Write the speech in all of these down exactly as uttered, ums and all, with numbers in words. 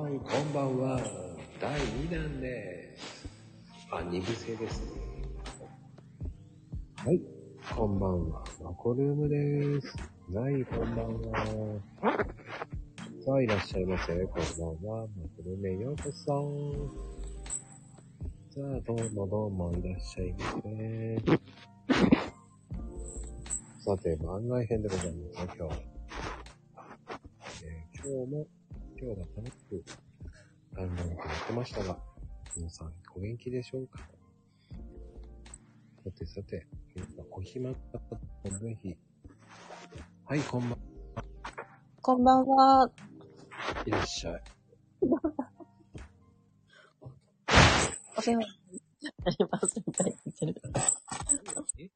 ーい、こんばんは。だいにだんです。あ、に部制ですね。はい、こんばんは。マコルームです。はい、こんばんは。さあ、いらっしゃいませ。こんばんは。マコルームへようこそ。さあ、どうもどうもいらっしゃいませ。さて、番外編でございますよ、今日。えー、今日も、今日が楽しく、番外編やってましたが、皆さん、お元気でしょうか？さてさて、皆さん、お暇な方はぜひ、はい、こんばんは。 こんばんは。 いらっしゃい。 お世話になりますみたいに言ってる。 え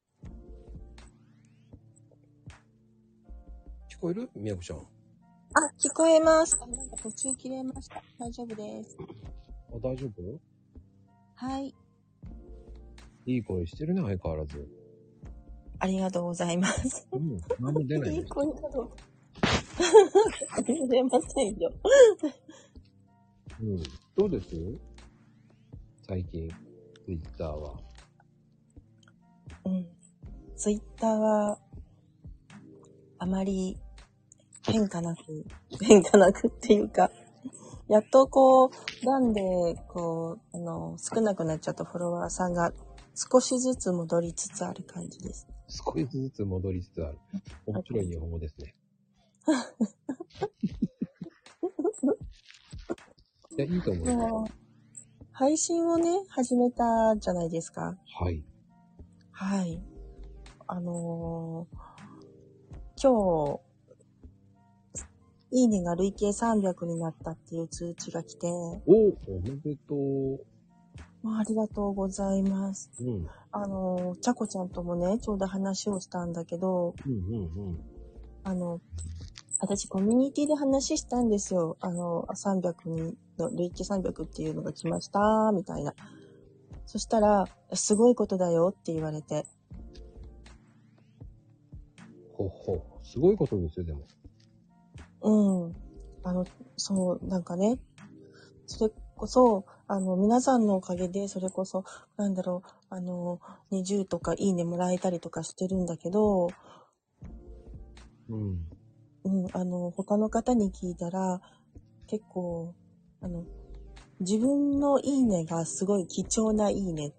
聞こえる？みやこちゃん。 あ、聞こえます。あ、なんか途中切れました。大丈夫です。 あ、大丈夫？ はい。 いい声してるね、相変わらず。 ありがとうございます。 うん、何も出ない、ね。 いい声だろう。出ませんよ。 うん。どうです？最近、ツイッターは。 うん。ツイッターは、あまり変化なく、変化なくっていうか、やっとこう、なんで、こう、あの、少なくなっちゃったフォロワーさんが少しずつ戻りつつある感じです。 少しずつ戻りつつある。面白い日本語ですね。いや、いいと思います。 配信をね、始めたじゃないですか。 はい。 はい。あのー、今日、いいねが累計さんびゃくになったっていう通知が来て。お、 おめでとう。 ありがとうございます。 うん。 あのー、ちゃこちゃんともね、ちょうど話をしたんだけど、 うんうんうん。 あの、私コミュニティで話したんですよ。あの、さんびゃくにの、累計さんびゃくっていうのが来ました、みたいな。そしたら、すごいことだよって言われて。 ほほ。すごいことですよ、でも。 うん。あの、そう、なんかね、それこそ、あの、皆さんのおかげで、それこそ、なんだろう、あの、にじゅうとかいいねもらえたりとかしてるんだけど、 うん。 うん、あの、他の方に聞いたら、結構、あの、自分のいいねがすごい貴重ないいねって。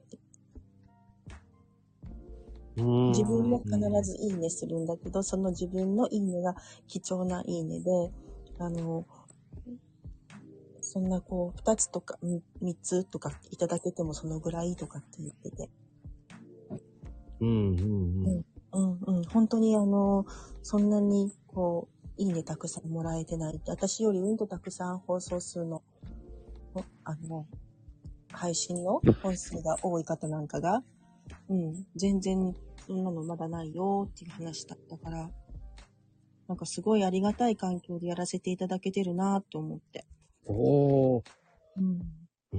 自分も必ずいいねするんだけど、その自分のいいねが貴重ないいねで、あの、そんなこう、二つとか三つとかいただけてもそのぐらいとかって言ってて。 うんうんうん。 うんうんうん。本当にあの、そんなにこう、いいねたくさんもらえてないって、私よりうんとたくさん放送数の、あの、配信の本数が多い方なんかが、うん、全然そんなのまだないよっていう話だったから、なんかすごいありがたい環境でやらせていただけてるなと思って。 おー。 うん。うん。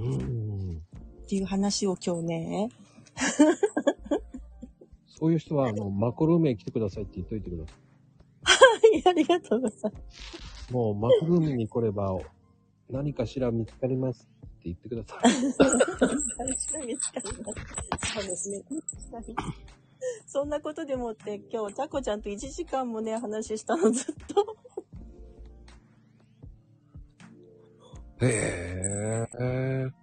っていう話を今日ね。 そういう人は、あの、マコルームへ来てくださいって言っといてください。はい、ありがとうございます。 もう、マコルームに来れば、何かしら見つかりますって言ってください。 何かしら見つかります。そうですね。そんなことでもって今日、ちゃこちゃんといちじかんもね、話したのずっと。 へえ。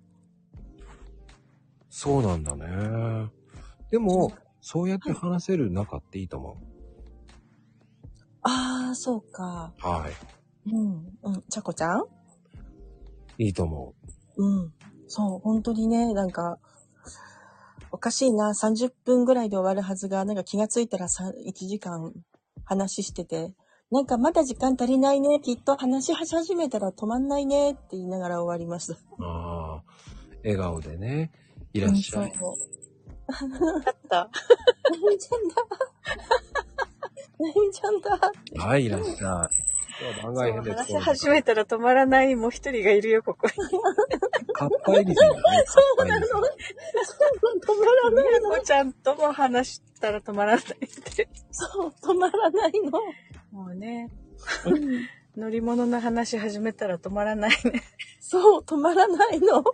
そうなんだね。でも、そうやって話せる仲っていいと思う。 ああ、そうか。 はい。 うん、うん。ちゃこちゃん？ いいと思う。うん。そう、本当にね、なんか、おかしいな、さんじゅっぷんぐらいで終わるはずが、なんか気がついたらいちじかん話してて、なんかまだ時間足りないね、きっと話し始めたら止まんないねって言いながら終わりました。 ああ、笑顔でね、いらっしゃい。うん、そう。 あった。なみちゃんだ。なみちゃんだ。 はい、いらっしゃい。番外編で話し始めたら止まらないもう一人がいるよ、ここに。 かっぱえびせんだね。 そうなの。そう、止まらないの。ちゃんとも話したら止まらないって。そう、止まらないの。もうね。 乗り物の話始めたら止まらないね。 そう、止まらないの。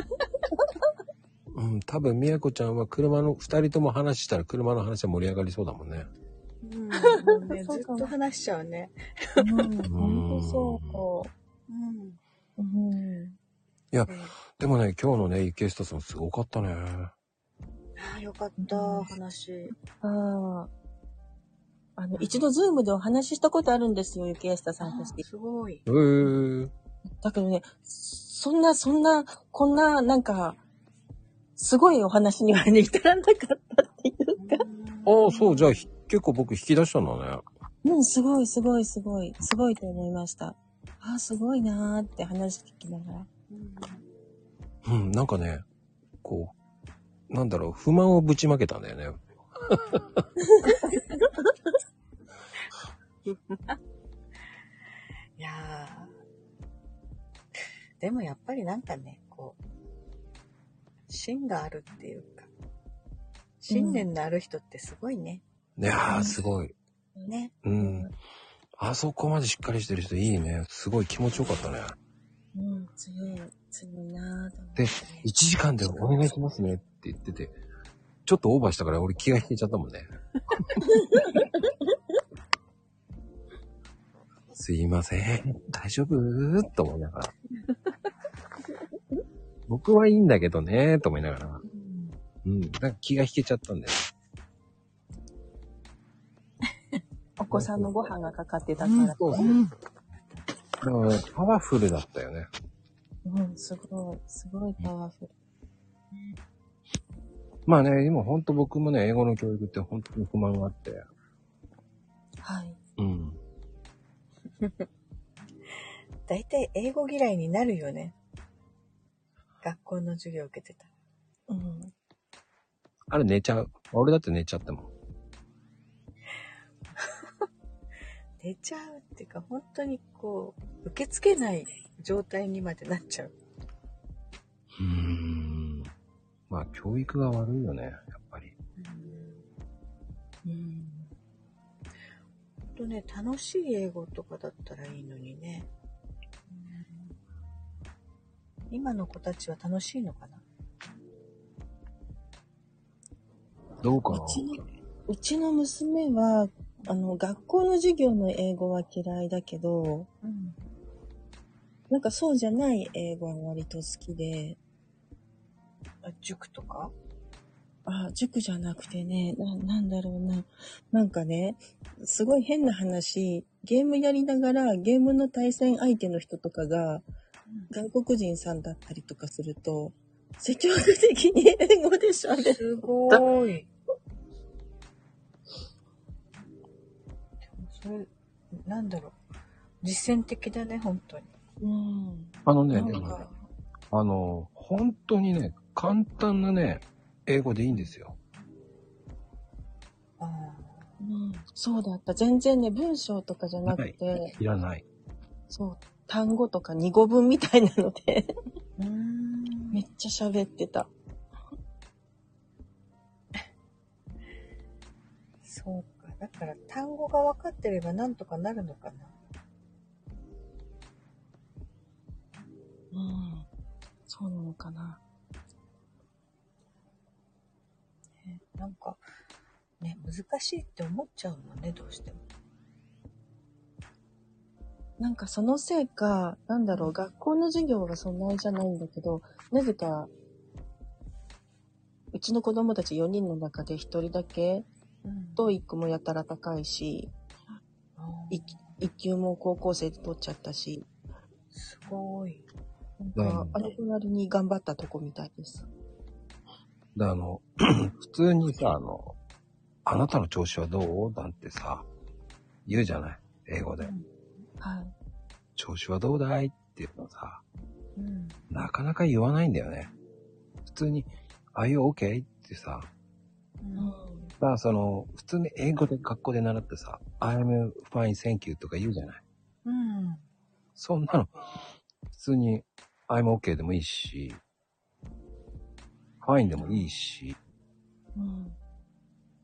うん、多分、みやこちゃんは車の、二人とも話したら車の話は盛り上がりそうだもんね。 うん、もうね、ずっと話しちゃうね。 うん、ほんとそう。うん。うん。 いや、でもね、今日のね、池下さんすごかったね。 ああ、よかった、うん、話。 ああ。あの、一度ズームでお話ししたことあるんですよ、池下さんとして。 すごい。 へー。 だけどね、そんな、そんな、こんな、なんか、すごいお話にはね、至らなかったっていうか。 ああ、そう、じゃあ、結構僕引き出したんだね。 うん、すごい、すごい、すごい、すごいと思いました。ああ、すごいなーって話聞きながら。 うん、なんかね、こう、なんだろう、不満をぶちまけたんだよね。 いやー、でもやっぱりなんかね、こう、芯があるっていうか、信念のある人ってすごいね。 いやー、すごい。 ね。 うん。あそこまでしっかりしてる人いいね。すごい気持ちよかったね。 うん、強い、強いなーと思って。 で、いちじかんでお願いしますねって言ってて、ちょっとオーバーしたから俺気が引けちゃったもんね。すいません。大丈夫と思いながら。僕はいいんだけどねと思いながら。うん。なんか気が引けちゃったんだよ。 お子さんのご飯がかかってたから。うん、そうそう。 だからね、パワフルだったよね。 うん、すごい、すごいパワフル。 まあね、今ほんと僕もね、英語の教育って本当に不満があって。 はい。 うん。 だいたい英語嫌いになるよね。学校の授業受けてた。 うん。 あれ寝ちゃう。俺だって寝ちゃったもん。 寝ちゃうっていうか、本当にこう、受け付けない状態にまでなっちゃう。 うーん。まあ、教育が悪いよね、やっぱり。 うん。うん。ほんとね、楽しい英語とかだったらいいのにね。うん、今の子たちは楽しいのかな？ どうかな？ うちの、うちの娘は、あの、学校の授業の英語は嫌いだけど、うん、なんかそうじゃない英語は割と好きで。 あ、塾とか？ あ、塾じゃなくてね、な、なんだろうな。なんかね、すごい変な話、ゲームやりながらゲームの対戦相手の人とかが、外国人さんだったりとかすると、積極的に英語で喋る。 すごい。それ、なんだろう。実践的だね、本当に。 うん。 あのね、でもね、あの、本当にね、簡単なね、英語でいいんですよ。 ああ。うん。そうだった。全然ね、文章とかじゃなくて。 いらない。 そう。単語とかに語文みたいなのでうーん。めっちゃ喋ってた。 そうか。だから単語が分かってればなんとかなるのかな。 うん。そうなのかな。 ね、なんか、ね、難しいって思っちゃうのね、どうしても。 なんかそのせいか、なんだろう、学校の授業がそんなにじゃないんだけど、なぜか、うちの子供たちよにんの中でひとりだけ、トーイックもやたら高いし、いっ級も高校生で取っちゃったし。 すごい。 なんか、あの子なりに頑張ったとこみたいです。 で、あの、普通にさ、あの、あなたの調子はどうなんてさ、言うじゃない英語で。うん、 はい。 調子はどうだいっていうのさ、うん、なかなか言わないんだよね。普通に、Are you okay? ってさ、うん、だからその、普通に英語で学校で習ってさ、I'm fine, thank you とか言うじゃない。うん。そんなの、普通に I'm okay でもいいし、fine でもいいし、うん、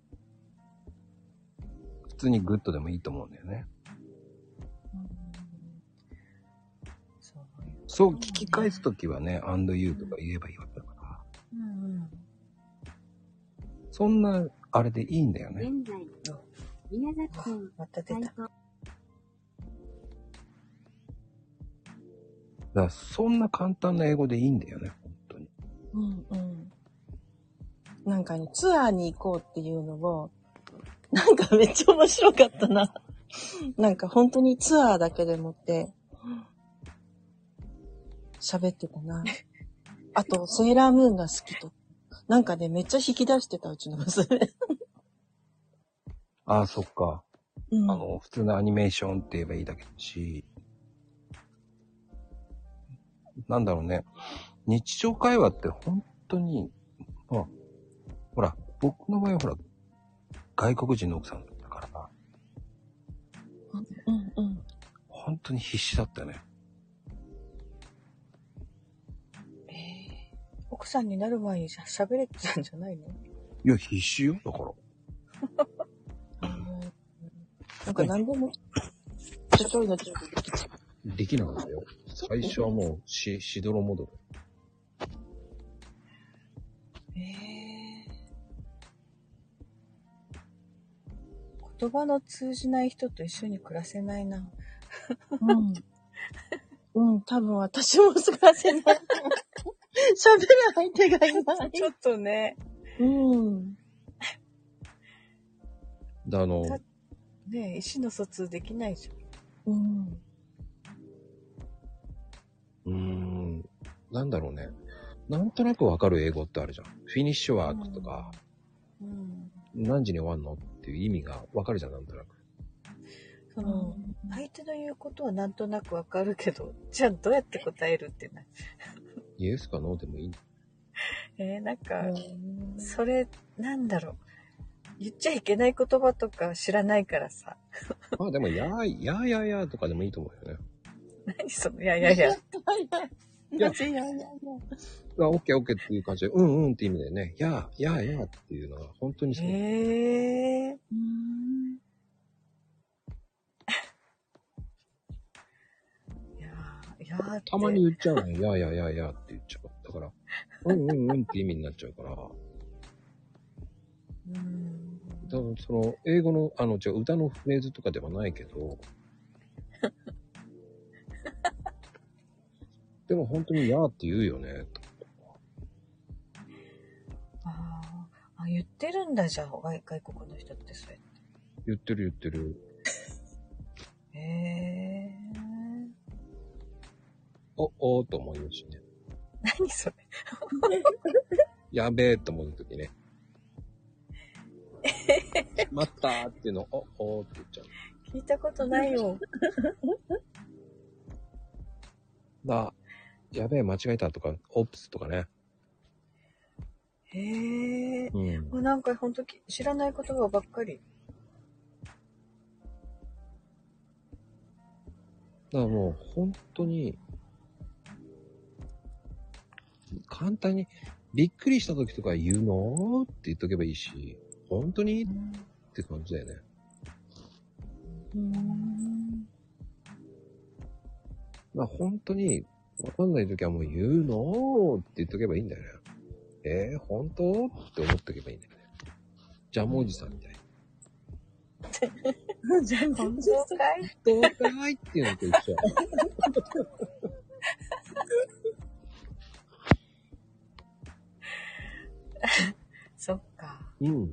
普通に good でもいいと思うんだよね。 そう聞き返すときはね、and you とか言えばいいわけだから。 うんうん。 そんな、あれでいいんだよね。 現在、宮崎県、 また出た。 だからそんな簡単な英語でいいんだよね、本当に。 うんうん。なんかね、ツアーに行こうっていうのを、なんかめっちゃ面白かったな。なんか本当にツアーだけでもって、喋ってたな。あと、セーラームーンが好きと。なんかね、めっちゃ引き出してた、うちの娘。 ああ、そっか。 うん、 あの、普通のアニメーションって言えばいいだけだし、なんだろうね。日常会話って本当に、まあ、ほら、僕の場合はほら、外国人の奥さんだったから、 うんうん。 本当に必死だったよね。 えー、奥さんになる前に喋れてたんじゃないの？ いや、必死よ、だから。 なんか何でも、ちょちょいのちょいできちゃう。 できなかったよ。最初はもうし、しどろもどろ。 えー、言葉の通じない人と一緒に暮らせないな。 うん。うん、多分私も暮らせない。喋る相手がいない。 ちょっとね。 うん。 で、あの、 ねえ、意思の疎通できないじゃん。 うん。 うーん、なんだろうね。なんとなくわかる英語ってあるじゃん。フィニッシュワークとか、 うん。 何時に終わんのっていう意味がわかるじゃん、なんとなく。 その、相手の言うことはなんとなくわかるけど、じゃあどうやって答えるってな。 イエスかノーでもいい。 えー、なんか、それ、なんだろう。言っちゃいけない言葉とか知らないからさ。 まあでも、やー、やーやーやーとかでもいいと思うよね。 何その、いやいやいや。 いや、いや、いや、いや。 あ、オッケーオッケーっていう感じで、うんうんって意味でね、やー、やーやーっていうのは本当にそう。 へえー。 うーん。 いやー、いやーって。 たまに言っちゃうのよ。やーやーやーやーって言っちゃう。だから、うんうんうんって意味になっちゃうから。 うーん。 多分その、英語の、あの、違う、歌のフレーズとかではないけど、でも本当にやーって言うよね。 ああ、言ってるんだじゃあ、外外国の人ってそうやって。 言ってる言ってる。 へえー。 お、おーと思うしね。 何それ。 やべえと思うときね。しまったーっていうのを、お、おーって言っちゃう。 聞いたことないよ。 だ、やべえ間違えたとか、オプスとかね。 へえ。 うん。 もうなんかほんと知らない言葉ばっかり。 だからもう本当に、簡単に、びっくりした時とか言うのって言っとけばいいし、本当にって感じだよね。 うーん。 まあ本当に、わかんない時はもう言うのって言っとけばいいんだよね。えー、本当って思っとけばいいんだよね。ジャムおじさんみたい。 じゃあ、 本当かい？ どうかいっていうのと一緒。 そっか。 うん。 い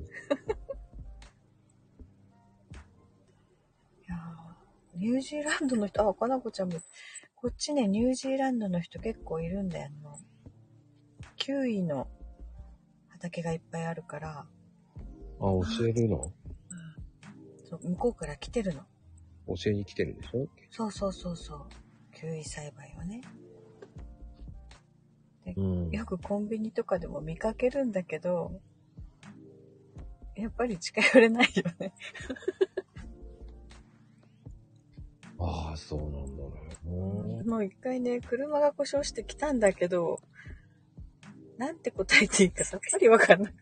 やー、ニュージーランドの人、あ、かなこちゃんも、こっちね、ニュージーランドの人結構いるんだよ。あの、キウイの畑がいっぱいあるから。 あ、教えるの？ そう、向こうから来てるの。 教えに来てるでしょ？ そうそうそうそう。キウイ栽培をね。で、 うん、 よくコンビニとかでも見かけるんだけど、やっぱり近寄れないよね。 ああ、そうなんだね。 もう一回ね、車が故障してきたんだけど、なんて答えていいかさっぱりわかんない。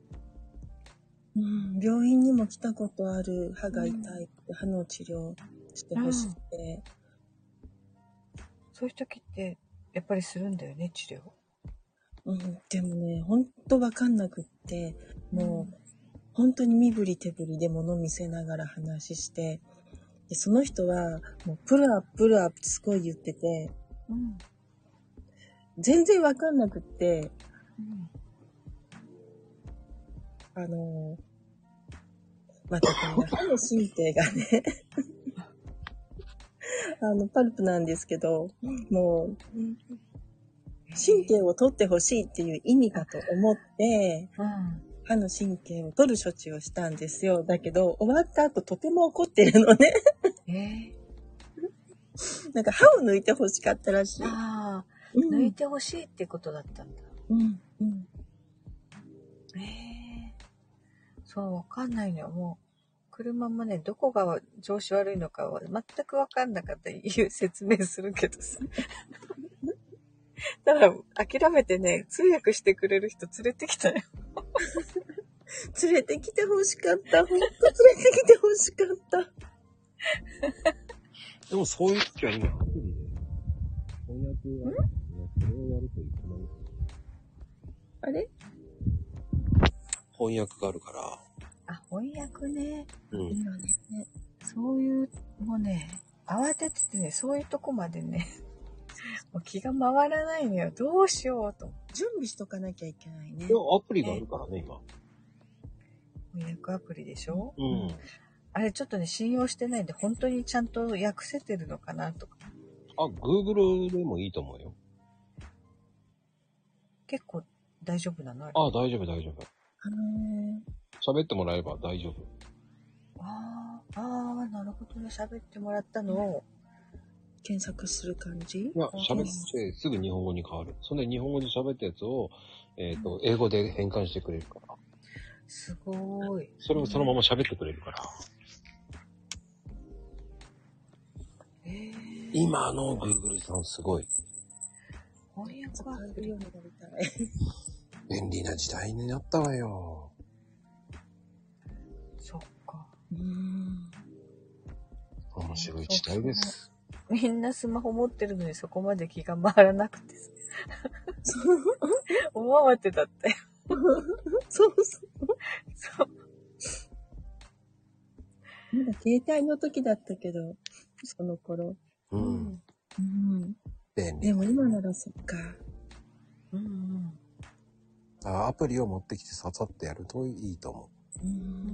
うん、病院にも来たことある。歯が痛いって歯の治療。 してほしくて、 そういう時ってやっぱりするんだよね、治療。 うん、でもね、ほんとわかんなくって、もう、本当に身振り手振りで物見せながら話して、でその人は、もう、プルアップ、プルアップってすごい言ってて、 うん。 全然わかんなくって、 うんあの、またこの歯の神経がね、あの、パルプなんですけど、もう、神経を取ってほしいっていう意味かと思って、 うん。 歯の神経を取る処置をしたんですよ。だけど、終わった後とても怒ってるのね。 えー、 なんか歯を抜いてほしかったらしい。 ああ、 うん、 抜いてほしいってことだったんだ。 うんうん、 えー、そう、わかんないのよ。もう、車もね、どこが調子悪いのかは全くわかんなかったいう説明するけどさ。だから諦めてね、通訳してくれる人連れてきたよ。 連れてきてほしかった。ほんと連れてきてほしかった。 でもそういう時は今、アプリで、翻訳は、それをやるといいかな。 あれ翻訳があるから。 あ、翻訳ね。 うん。 今ね。 そういう、もうね、慌てててね、そういうとこまでね、もう気が回らないのよ。どうしようと。 準備しとかなきゃいけないね。 いや、アプリがあるからね、今。 翻訳アプリでしょ？ うん。 あれちょっとね、信用してないんで、本当にちゃんと訳せてるのかなとか。 あ、Google でもいいと思うよ。 結構大丈夫なの？あれ。 あ、大丈夫、大丈夫。 あのー、 喋ってもらえば大丈夫。 ああ、ああ、なるほどね。喋ってもらったのを、 検索する感じ？ いや、喋ってすぐ日本語に変わる。そんで日本語で喋ったやつを、えっと、英語で変換してくれるから。 すごーい。 それをそのまま喋ってくれるから。 えー、 今の Google さんすごい。 翻訳使アプリえるようになりたい。 便利な時代になったわよ。 そっか。 うーん。 面白い時代です。 みんなスマホ持ってるのにそこまで気が回らなくて。大慌てだったよ。 そうそう。 そう。 まだ携帯の時だったけど、その頃。 うん。 うん。 便利。 でも今ならそっか。 うんうん。 あ、アプリを持ってきてささってやるといいと思う。うん。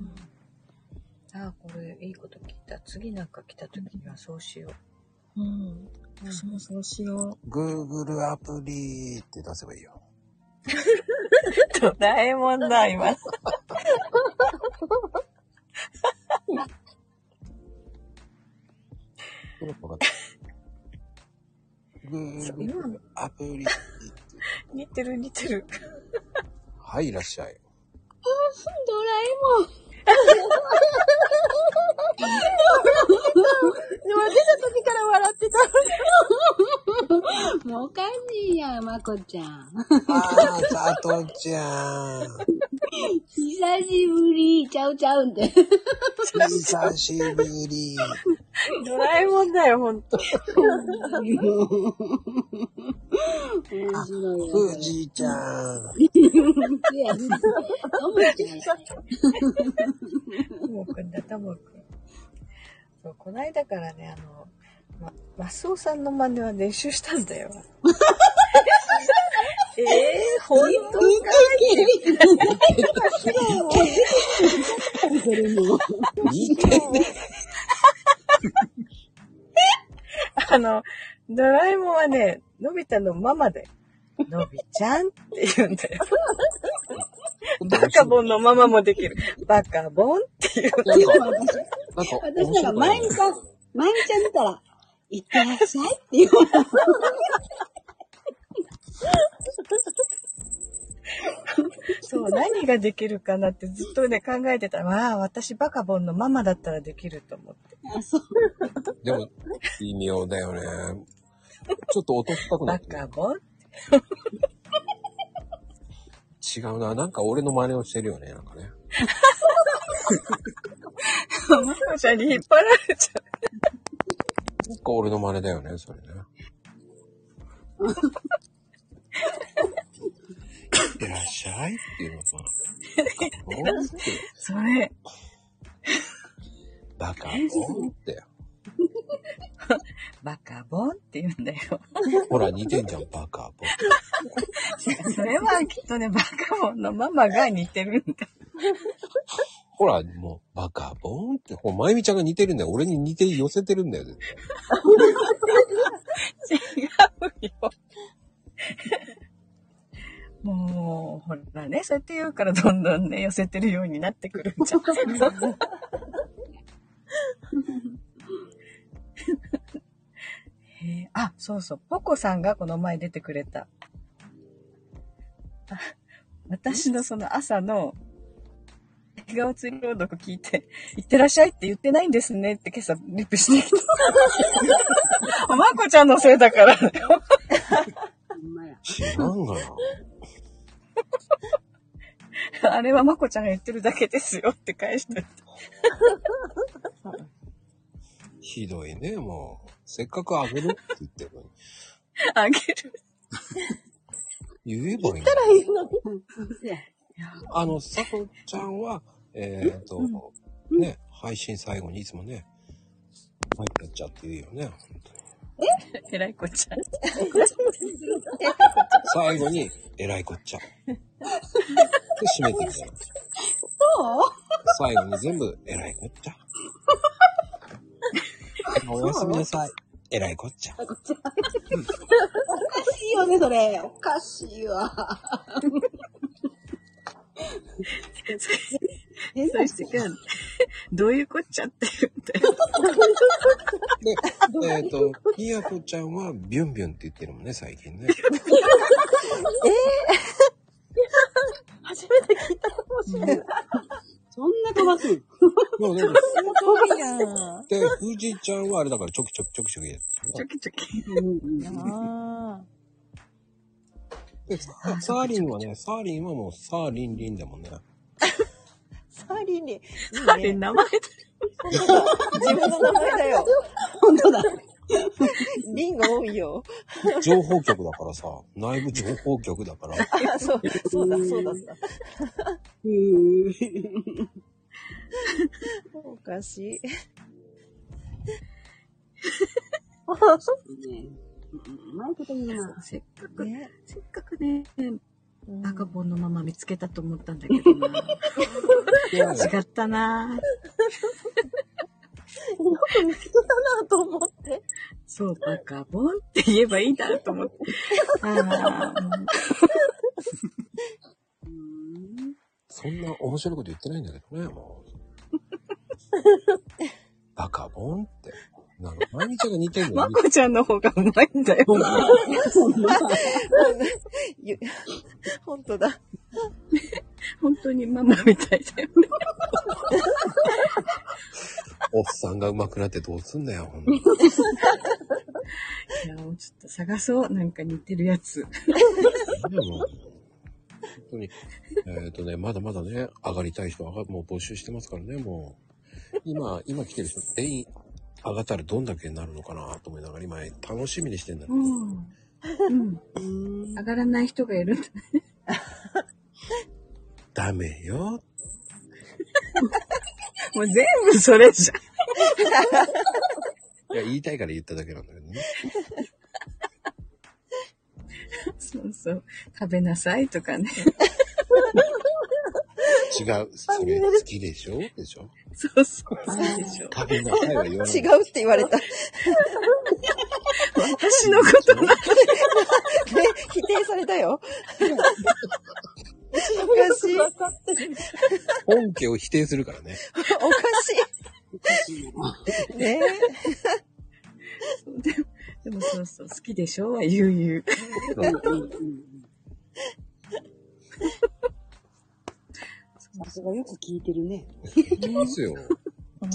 ああ、これいいこと聞いた。次なんか来た時にはそうしよう。 うん。私もそうしよう。Google アプリって出せばいいよ。 ドラえもんだ、今。 Google アプリ。 似てる似てる。 はい、いらっしゃい。 ドラえもん。 でも出た時から笑ってた。もうおかしいやん、まこちゃん。 あー、さとちゃん。 久しぶり。ちゃうちゃうんで。 久しぶり。 ドラえもんだよ、ほんと。 面白い。 ふじちゃん。 いや、ともちゃん。 ともくんだ、ともくん。そう、こないだからね、あの、ま、マスオさんの真似は練習したんだよ。えー、ほんとか似てね。 あの、ドラえもんはね、のび太のママで、のびちゃんって言うんだよ。バカボンのママもできる。バカボンって言うんだよ。 私なんか、まゆみさん、まゆみちゃん見たら、いってらっしゃいって言う。 そう、何ができるかなってずっとね、考えてたら、わあ、私バカボンのママだったらできると思って。 あ、そう。 でも、微妙だよね。ちょっと落としたくなバって。 カボン違うな。なんか俺の真似をしてるよね。なんかね。 マコちゃんに引っ張られちゃう。 か俺の真似だよね、それね。いってらっしゃいっていうのさ。 それ。 バカボンって。 バカボンって言うんだよ。 ほら、似てんじゃん、バカボン。 それはきっとね、バカボンのママが似てるんだ。 ほら、もう、バカボンって、ほら、まゆみちゃんが似てるんだよ。俺に似て寄せてるんだよ、絶対。違うよ。もう、ほらね、そうやって言うからどんどんね、寄せてるようになってくるんじゃん。へあ、そうそう、ポコさんがこの前出てくれた。あ、私のその朝の映画映り朗読聞いて、いってらっしゃいって言ってないんですねって今朝リップしてきた。まこちゃんのせいだからね。 知らんがな。 あれはまこちゃんが言ってるだけですよって返してた。 ひどいね、もう。せっかくあげるって言ってるのに。 あげる。 言えばいいの。 言ったらいいのに。 あの、さとちゃんは、えっと、うん、ね、配信最後にいつもね、マイクやっちゃって言うよね、本当に。 ええらいこっちゃ。 最後に、えらいこっちゃ。で、締めてきた。そう最後に全部、えらいこっちゃ。おやすみなさい。えらいこっちゃ。おかしいよね、それ。おかしいわ。 え、そしてくん、どういうこっちゃって言って。 で、えっと、ひやこちゃんはビュンビュンって言ってるもんね、最近ね。えー、 初めて聞いたかもしれない。 そんな飛ばすので、で、ふじちゃんはあれだからちょきちょきちょきちょきやってる。 ちょきちょき。 あで、サーリンはね、サーリンはもうサーリンリンだもんね。 サーリンリン。 サーリン名前だ。 自分の名前だよ。 本当だ。 リンが多いよ。 情報局だからさ、内部情報局だから。 あ、そう、そうだ、そうだった。おかしい。 マイクというのはせっかくね、せっかくね、バカボンのまま見つけたと思ったんだけどな。違ったな。 よく見つけたなと思って。 そう、バカボンって言えばいいんだと思って。あそんな面白いこと言ってないんだけどね、もう。バカボンって。なんか、まゆみちゃんが似てるのまこちゃんの方がうまいんだよ。 本当だ。 本当にママみたいだよね。 おっさんが上手くなってどうすんだよ、ほんとに。いや、もうちょっと探そう。なんか似てるやつ。 でも本当に。えっとね、まだまだね、上がりたい人はもう募集してますからね、もう。今、今来てる人全員上がったらどんだけになるのかなと思いながら今楽しみにしてんだけど。うん。 うん。上がらない人がいるんだね。 ダメよ。 もう全部それじゃん。いや、言いたいから言っただけなんだけどね。 そうそう。食べなさいとかね。 違う。それ好きでしょでしょそうそう。好きでしょ。 食べなさいは言わない。 違うって言われた。 私のことなんで、 否定されたよ。おかしい。 本家を否定するからね。 おかしい。ねえ。 でも、でもそうそう、好きでしょは言う言う。 さすがよく聞いてるね。 聞いてますよ。 うん、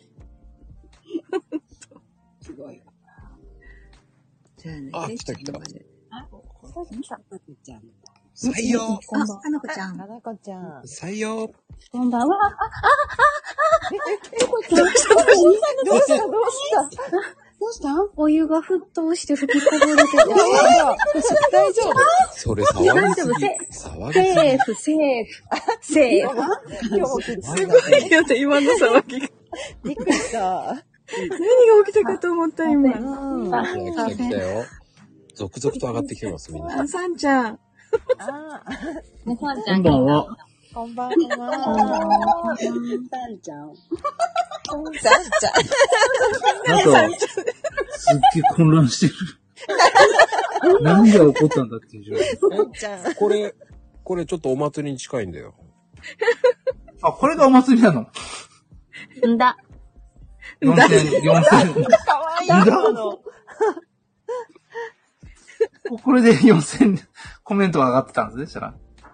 すごい。 じゃあね。 あ、来た来た。 あ、来た。 採用。 あ、かなこちゃん。 かなこちゃん。 採用。 こんばんは。あ、あ、あ、あ、 どうしたどうしたどうしたどうしたお湯が沸騰して吹きこぼれてて。 大丈夫。 それ騒ぎ大丈夫、 すぎ。 セ騒ぎすぎ。 セーフ、セーフ、セーフ。 すごいよね、今の騒ぎが。びっくりした。何が起きたかと思った今。うん。 いや、来た来たよ。続々と上がってきてます、みんな。 あ、さんちゃん。ああ。ね、さんちゃん。 こんばんは。 こんばんは。 さんちゃん。 さんちゃん。 なんか、すっげえ混乱してる。何が起こったんだっていう状況。 さんちゃん。 これ、これちょっとお祭りに近いんだよ。 あ、これがお祭りなの？ んだ。 よんせん、よんせん。 かわいいの。 これでよんせんコメントが上がってたんですね、したら。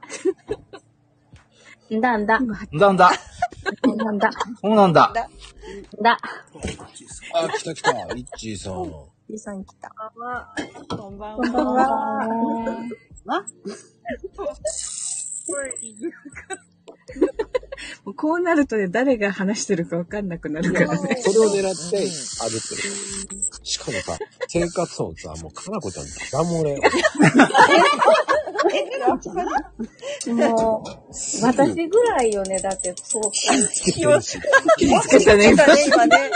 んだんだ。 んだんだ。 なんだ。 そうなんだ。 だ。 あ、来た来た。いっちーさん。 いいさん来た。 こんばんは。 こんばんは。 わもうこうなるとね、誰が話してるかわかんなくなるからね。 それを狙って歩ってる。しかもさ、生活音さ、もうかなこちゃん、ダ漏れ。 もう、私ぐらいよね、だって、そう。 気をつ気をつけたね、今ね。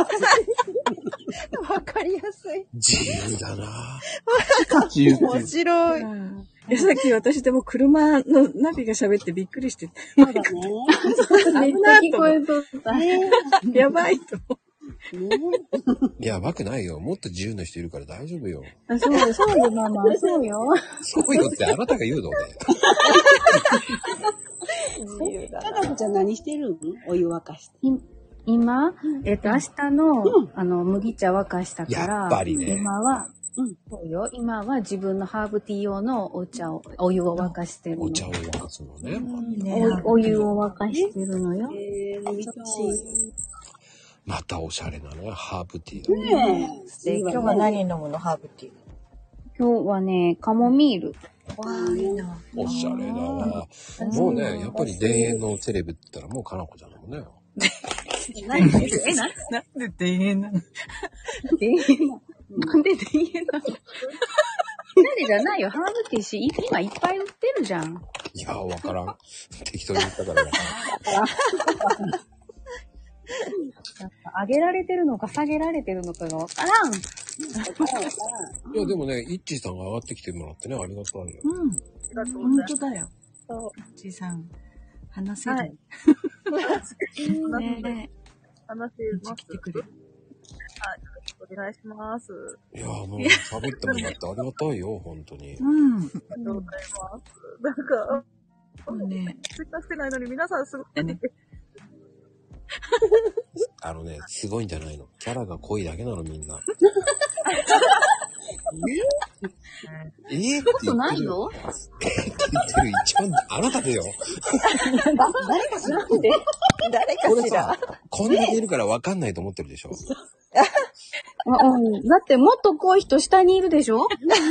わかりやすい。 自由だな自由って面白い。いや、さっき私でも車のナビが喋ってびっくりしてて。 そうだね。 めっちゃ聞こえとった。 やばいと思いや、わくないよ。もっと自由な人いるから大丈夫よ。 あ、そうよ、そうよ、ママ、そうよ。 そうよってあなたが言うのね。 自由だかなこちゃん何してるん？お湯沸かして。 今、えっと、明日の、あの、麦茶沸かしたから、 やっぱりね今は、 うん、 そうよ、今は自分のハーブティー用のお茶を、お湯を沸かしてるの。 お茶を沸かすのね。 おお湯を沸かしてるのよ。 えー、飲みたい。 またおしゃれなね、ハーブティー。 ねえ。 今日は何飲むの、ハーブティー。 今日はね、カモミール。 わあ、いいな。 おしゃれだわ。もうね、やっぱり田園のセレブって言ったらもうかなこちゃんだもんね。 何え、ななんで田園なの？ なんで田園なの？なんでじゃないよ。ハーブティーし、今いっぱい売ってるじゃん。 いや、わからん。適当に言ったからわからん。 上げられてるのか下げられてるのかがわからん。 いや、でもね、イッチーさんが上がってきてもらってね、ありがたいよ。 うん。本当だよ。そう。ちいさん、話せる。はい。ねえ。話せる。来てくれる。はい。お願いします。いや、もう喋ってもらってありがたいよ、本当に。うん。ありがとうございます。なんか、ねえ。絶対してないのに皆さんすごいね。あのね、すごいんじゃないの。キャラが濃いだけなの、みんな。えぇ、えー、 ことないよ。 えー、って言ってる一番、あなただよ。 誰かしらんで誰かしら。 こんなにいるから分かんないと思ってるでしょ。 うん、だってもっと濃い人下にいるでしょ？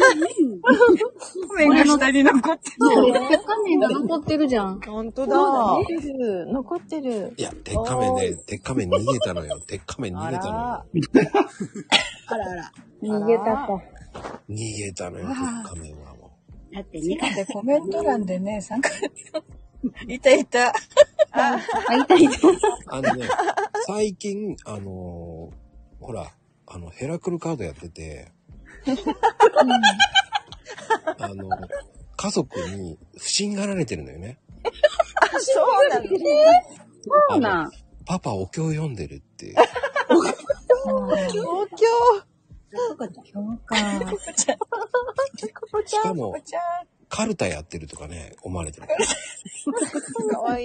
目が下に残ってる。 そう、鉄仮面が残ってるじゃん。 ほんとだ。残ってる。残ってる。 いや、鉄仮面ね、鉄仮面逃げたのよ。鉄仮面逃げたのよ。 あらあら。 逃げたか。 逃げたのよ、鉄仮面はもう。だってね。 でコメント欄でね、参加。いたいた。 あ、いたいた。 あのね、最近、あのー、ほら、あの、ヘラクルカードやってて、あの、家族に不信がられてるのよね。 そうなの。 そうなん。 パパお経読んでるって。 お経。 そうか。 しかも、カルタやってるとかね、思われてる。 かわいい。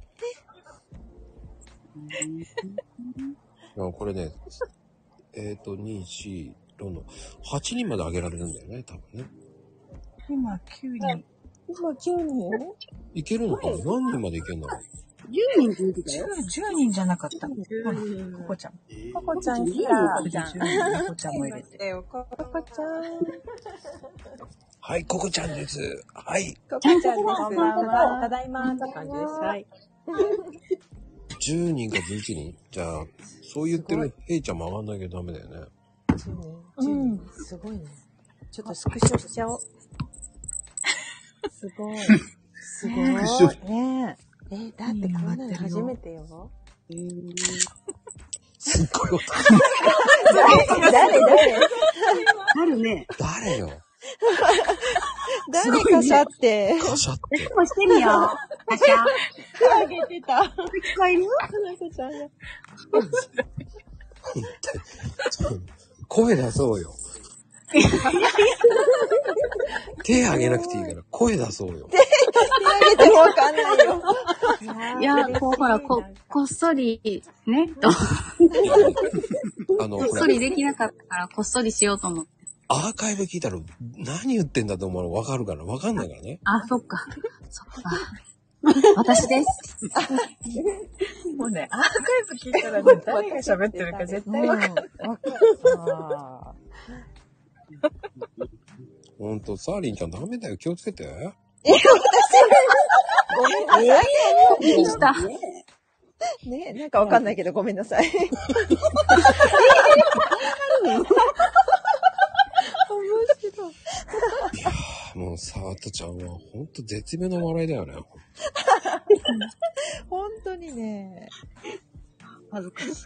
これね、えっと、に、し、ろの、はちにんまで上げられるんだよね、多分ね。今きゅうにん。今きゅうにんいけるのかな？何人までいけるんだろう？ じゅうにんって言ってたよ。 じゅうにんじゃなかった。ほら、ココちゃん。ココちゃん来た。じゃあ、ココちゃんも入れて。ココちゃん。 はい、ココちゃんです。はい。 ココちゃんです。こんばんは。ただいまって感じです。はい。 じゅうにんかじゅういちにん？じゃあ、そう言ってるヘイちゃんも上がんなきゃダメだよね。 じゅうにん、じゅうにん、すごいね。ちょっとスクショしちゃおう。すごい。すごい。ねえ。え、だってこんなの初めてよ。えー、 すっごい音。 誰誰あるね。 誰よ。 誰かしゃって。 かしゃって。 でもしてみよう。かしゃ。 あげてた。聞こえる？花子ちゃんが。 声出そうよ。手あげなくていいから声出そうよ。 手あげてもわかんないよ。 いや、こうほら、こ、こっそり、ね、と。 あの、 こっそりできなかったから、こっそりしようと思って。 アーカイブ聞いたら何言ってんだと思うの分かるから、分かんないからね。 あ、そっか。そっか。私です。 もうね、アーカイブ聞いたらね、誰が喋ってるか絶対わかる。わかる。 ほんと、サーリンちゃんダメだよ。気をつけて。 え、私、ごめんなさい。 びっくりした。 ね、なんかわかんないけどごめんなさい。面白い。 いやー、もうサートちゃんはほんと絶妙な笑いだよね。 本当にね。 恥ずかしい。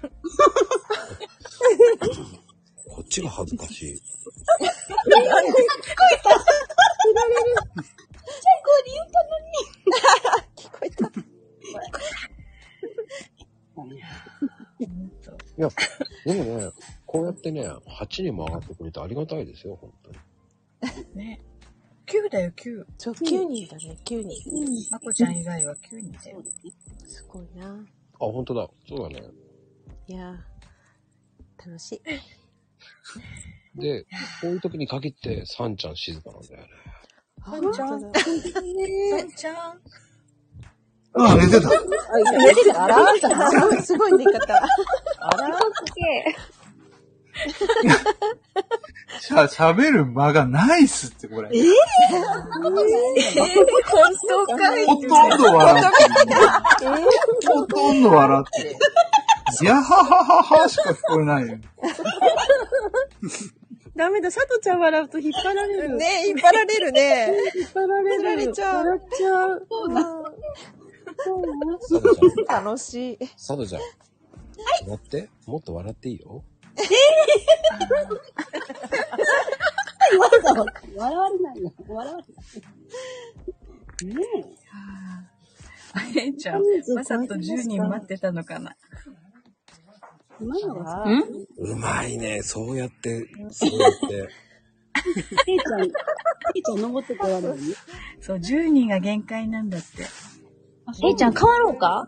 こっちが恥ずかしい。 聞こえた。振られる。ちゃいこで言ったのに。聞こえた。 いや、でもね、こうやってね、はちにんも上がってくれてありがたいですよ、ほんとに。 ね。きゅうだよ、きゅう。そう、きゅうにんだね、きゅうにん。まこちゃん以外はきゅうにんだよ。すごいな。 あ、ほんとだ。そうだね。 いやー、楽しい。 で、こういう時に限って、サンちゃん静かなんだよね。 サンちゃん。サンちゃん。 あ、寝てた。 寝てた。あらすごい、すごい寝方。あらしゃ、喋る間がないっすって、これ。 えぇ、ー、本当かい。 ほとんど笑ってる。ほとんど笑ってる。いやははははしか聞こえないよ。 ダメだ、さとちゃん笑うと引っ張られる。ね、引っ張られるね。引っ張られる。られちゃう。笑っちゃう。そうだ。楽しい。 サドちゃん。はい。笑って。もっと笑っていいよ。 えぇ、ー、笑われないよ。笑われない。ねえ。えいちゃん、わざとじゅうにん待ってたのかな。 今のはんうまいね。そうやって、そうやって。 えいちゃん、えいちゃん登ってこられる？ そう、じゅうにんが限界なんだって。 えいちゃん変わろうか？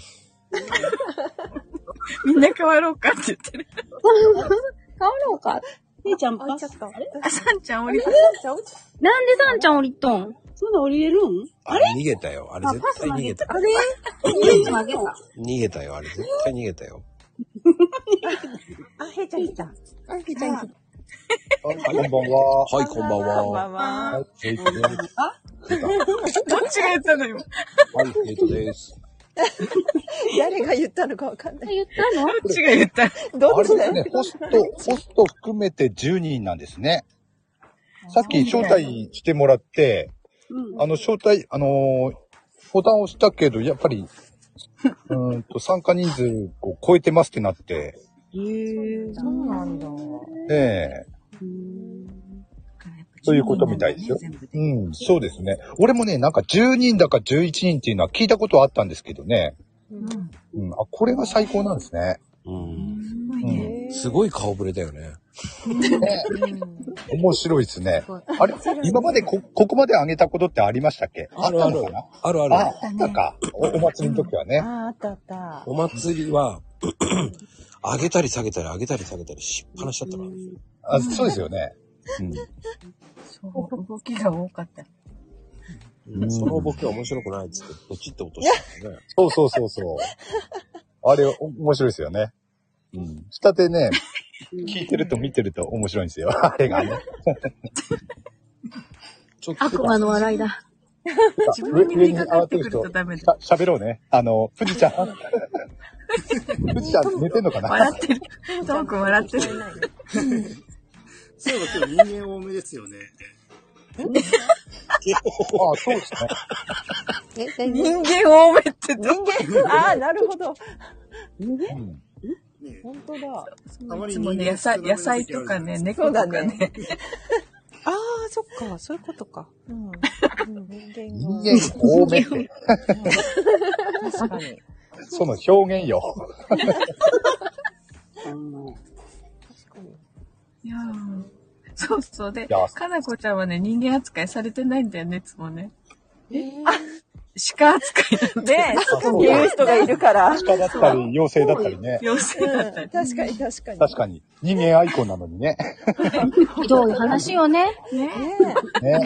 みんな変わろうかって言ってる。 変わろうか？えいちゃんパス。 あ、サンちゃん降りた。 なんでサンちゃん降りとん？そんな降りれるん？ あれ逃げたよ。あれ絶対逃げた。 あれ？ 逃げたよ。あれ絶対逃げたよ。 あ、へいちゃん来た。あ、へいちゃん来た。 はい、こんばんは。 はい、こんばんは。 こんばんは。 はい、ヘイトです。 どっちが言ったのよ。 はい、ヘイトです。 誰が言ったのかわかんない。 言ったの？ どっちが言ったの？ どっちだよ。 あれですね、ホスト、ホスト含めてじゅうにんなんですね。さっき招待してもらって、 うん、 あの、招待、あのー、ボタンを押したけど、やっぱり、うーんと、参加人数を超えてますってなって。 へぇー、そうなんだ。 ええということみたいですよ。うん、そうですね。俺もね、なんかじゅうにんだかじゅういちにんっていうのは聞いたことはあったんですけどね。うん。うん、あ、これが最高なんですね。 うん。 うん、 すごい顔ぶれだよね。 ね、面白いですね。あれ、今までこ、ここまで上げたことってありましたっけ？ あるある。あるある。 あ、あったか。お, お祭りの時はね。 あ、あったあった。 お祭りは、上げたり下げたり上げたり下げたりしっぱなしだったから。 あ、そうですよね。うん。 そう、動きが多かった。 うん、その動きは面白くないっつって、ドチって落としたね。 そうそうそうそう。あれ、面白いですよね。うん。下でね、聞いてると見てると面白いんですよ。あれがね。 ちょっと悪魔の笑いだ。 自分に見かかってくるとダメだ。 喋ろうね。あの、富士ちゃん。 富士ちゃん寝てんのかな？ 笑ってる。トーク笑ってる。 そういえば今日人間多めですよね。 ああ、そうですね。 人間多めって人間、ああ、なるほど。 うん本当だ。 いつもね、野菜、野菜とかね、猫とかね。 ああ、そっか、そういうことか。うん。人間人間多めって。 確かに。 その表現よ。 確かに。いやーそうそう。で、かなこちゃんはね、人間扱いされてないんだよね、いつもね。えあ鹿扱いなんで。 ねそこにいる人がいるから。 鹿だったり、妖精だったりね。 妖精だったり。 確かに確かに。 確かに。人間アイコンなのにね。 ひどい話よね。 ねね。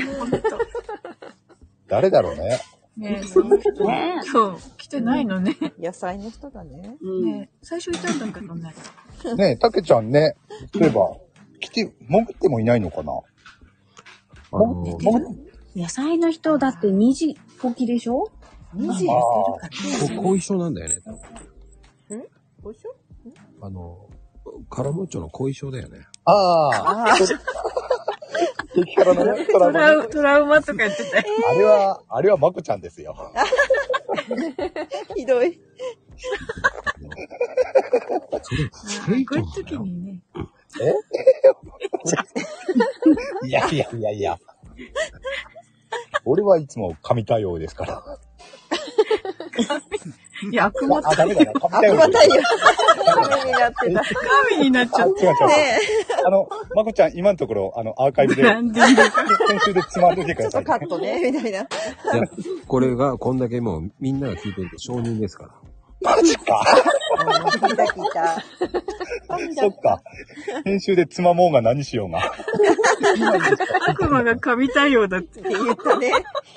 誰だろうね。 ねその人ね。そう、来てないのね。 野菜の人だね。 ね最初いたんだけどね。 ねえ、たけちゃんね、そういえば、来て、潜ってもいないのかな？潜って野菜の人だってにじ起きでしょ？ にじ後遺症なんだよね。 ん後遺症あの、カラムーチョの後遺症だよね。 ああ。激辛のね、トラウマ、ね。 トラウマとか言ってたよ。 あれは、あれはまこちゃんですよ。 ひどい。 こういう時にね。 えいやいやいやいや。俺はいつも神対応ですから。 いや、悪魔あ、ダメだな。神対応。 悪魔対応。神になってた。 神になっちゃった。 違う違う。ね、あの、まこちゃん、今のところ、あの、アーカイブで、編集でつまんでてください。 ちょっとカットね、みたいな。いや、 これが、こんだけもう、みんなが聞いてると承認ですから。 マジか。 聞いた聞いた。 そっか。編集でつまもうが何しようが。 悪魔が神対応だって言ったね。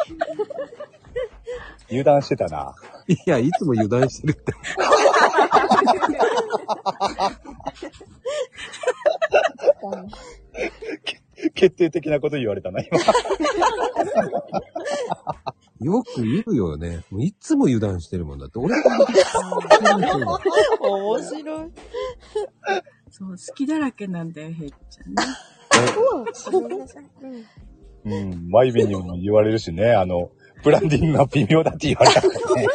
油断してたな。 いや、いつも油断してるって。 決定的なこと言われたな、今。 よく言うよね。もういつも油断してるもんだって。俺面白い。 そう、好きだらけなんだよ、へっちゃんね。 ごめんなさい。 うん。うん。マイビにも言われるしね、あの、ブランディングが微妙だって言われたからね。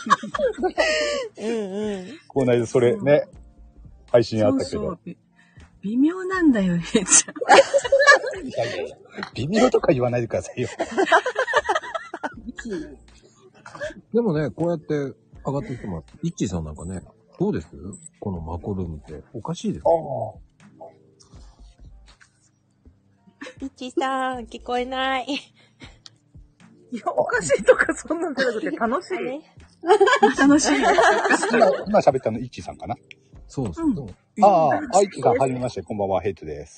うんうん。 この間それね、配信あったけど。そうそう微妙なんだよ、へっちゃん。 いやいやいや、微妙とか言わないでくださいよ。 でもね、こうやって上がってきてます。イッチーさんなんかね、どうです？このマコルームっておかしいですか？ イッチーさん、聞こえない。 いや、おかしいとかそんなんじゃなくて楽しい。楽しい。 今、今喋ったのイッチーさんかな？ そうそう。うん、 ああ、アイキさん、はじめまして、こんばんは、ヘイトです。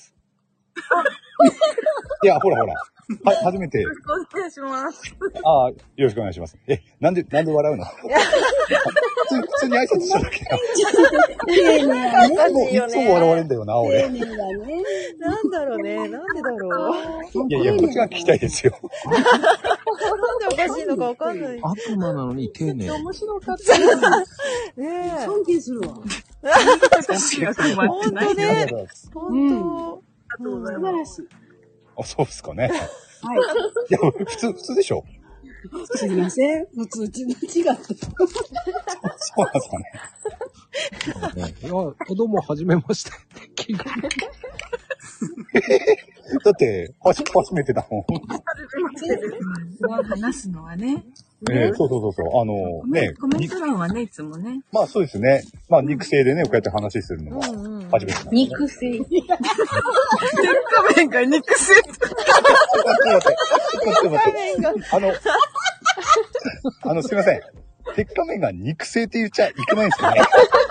いや、ほらほら。は、初めて。よろしくお願いします。 ああ、よろしくお願いします。え、なんで、なんで笑うの？普通、普通に挨拶しただけ丁寧だね。 いつも笑われんだよな、俺。 丁寧だね。 なんだろうね、なんでだろう。 いやいや、こっちが聞きたいですよ。 なんでおかしいのかわかんない。 悪魔なのに丁寧。 面白かった。ねえ。尊敬するわ。 本当ね。本当。 素晴らしい。 あ、そうですかね。はい。 いや、普通、普通でしょ。 すいません。普通、違って。そうなんですかね。 いや、子供始めました。 だって、初めてだもん。 話すのはね。 えー、そうそうそうそう。あのね。 コメント欄はね、いつもね。 まあそうですね。まあ肉声でね、こうやって話するのは初めてなんで、ね。 肉声。 鉄仮面が肉声。 ちょっと待って。ちょっと待って。あの、あの、すいません。鉄仮面が肉声って言っちゃいけないんですよね。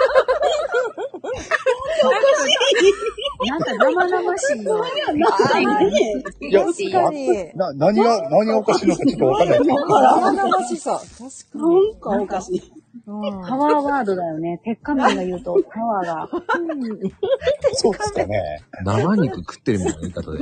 なんか生々しいよ。 いや、確かに。な、何が、何がおかしいのかちょっとわかんない。 生々しさ。確かに。 なんかおかしい。 パワーワードだよね。鉄仮面が言うと、パワーが。 そうですかね。 生肉食ってるみたいな言い方で。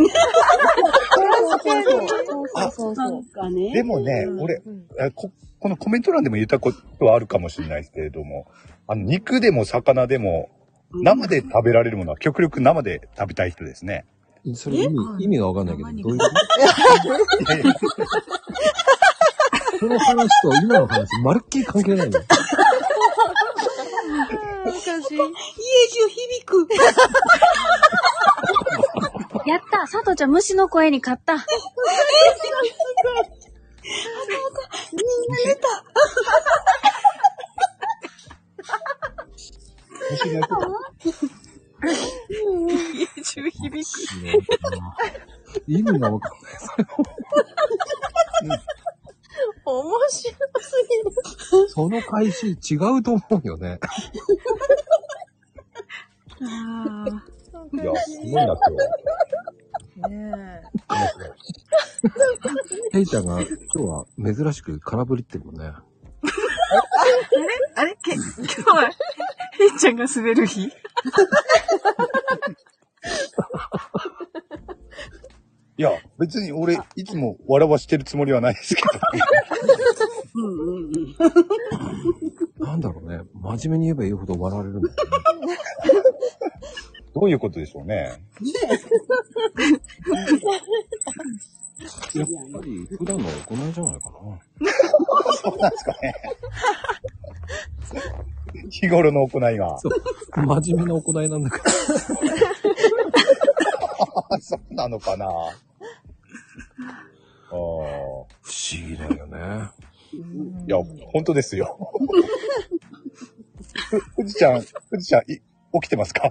そうそうそう。 でもね、俺、こ、このコメント欄でも言ったことはあるかもしれないですけれども、 あの、肉でも魚でも、生で食べられるものは極力生で食べたい人ですね。 それ意味、意味がわかんないけど、どういうことその話と今の話、まるっきり関係ないんだよ。 おかしい。家中響く。 やった佐藤ちゃん虫の声に勝った。 みんな寝た。 虫が寝てた。 家中響く。 意味がわかんない。 面白すぎる。 その返し違うと思うよね。 あいや、すごいな、今日。 あ。ねヘイちゃんが今日は珍しく空振りってるもんね。 え。あれあれけ今日は、ヘイちゃんが滑る日いや、別に俺、いつも笑わしてるつもりはないですけど。 うんうんうん。 なんだろうね。真面目に言えば言うほど笑われるんだよね。 どういうことでしょうね。 やっぱり普段の行いじゃないかな。 そうなんですかね。日頃の行いが。 そう。真面目な行いなんだから。 そうなのかな。ああ。不思議だよね。 いや、本当ですよ。ふ、ふじちゃん、ふじちゃん、い、起きてますか？さ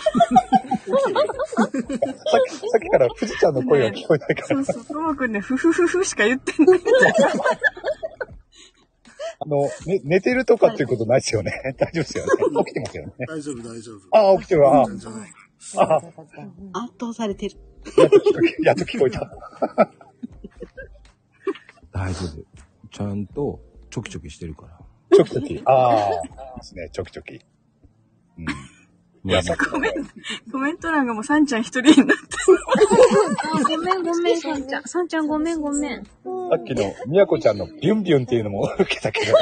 っき、さっきからふじちゃんの声が聞こえないから。 そうそう、ともくんね、ふふふふしか言ってない。 あの、ね、寝てるとかっていうことないですよね。大丈夫ですよね。起きてますよね。 大丈夫、大丈夫。 ああ、起きてる。ああ。ああ。 圧倒されてる。 やっと聞こえ、やっと聞こえた。 大丈夫。ちゃんと、チョキチョキしてるから。 チョキチョキ。ああ。ですね、チョキチョキ。うん。いや、さコメント、コメント欄がもうサンちゃん一人になってあ、ごめんごめん、サンちゃん。サンちゃんごめんごめん。 さっきのみやこちゃんのビュンビュンっていうのも受けたけど。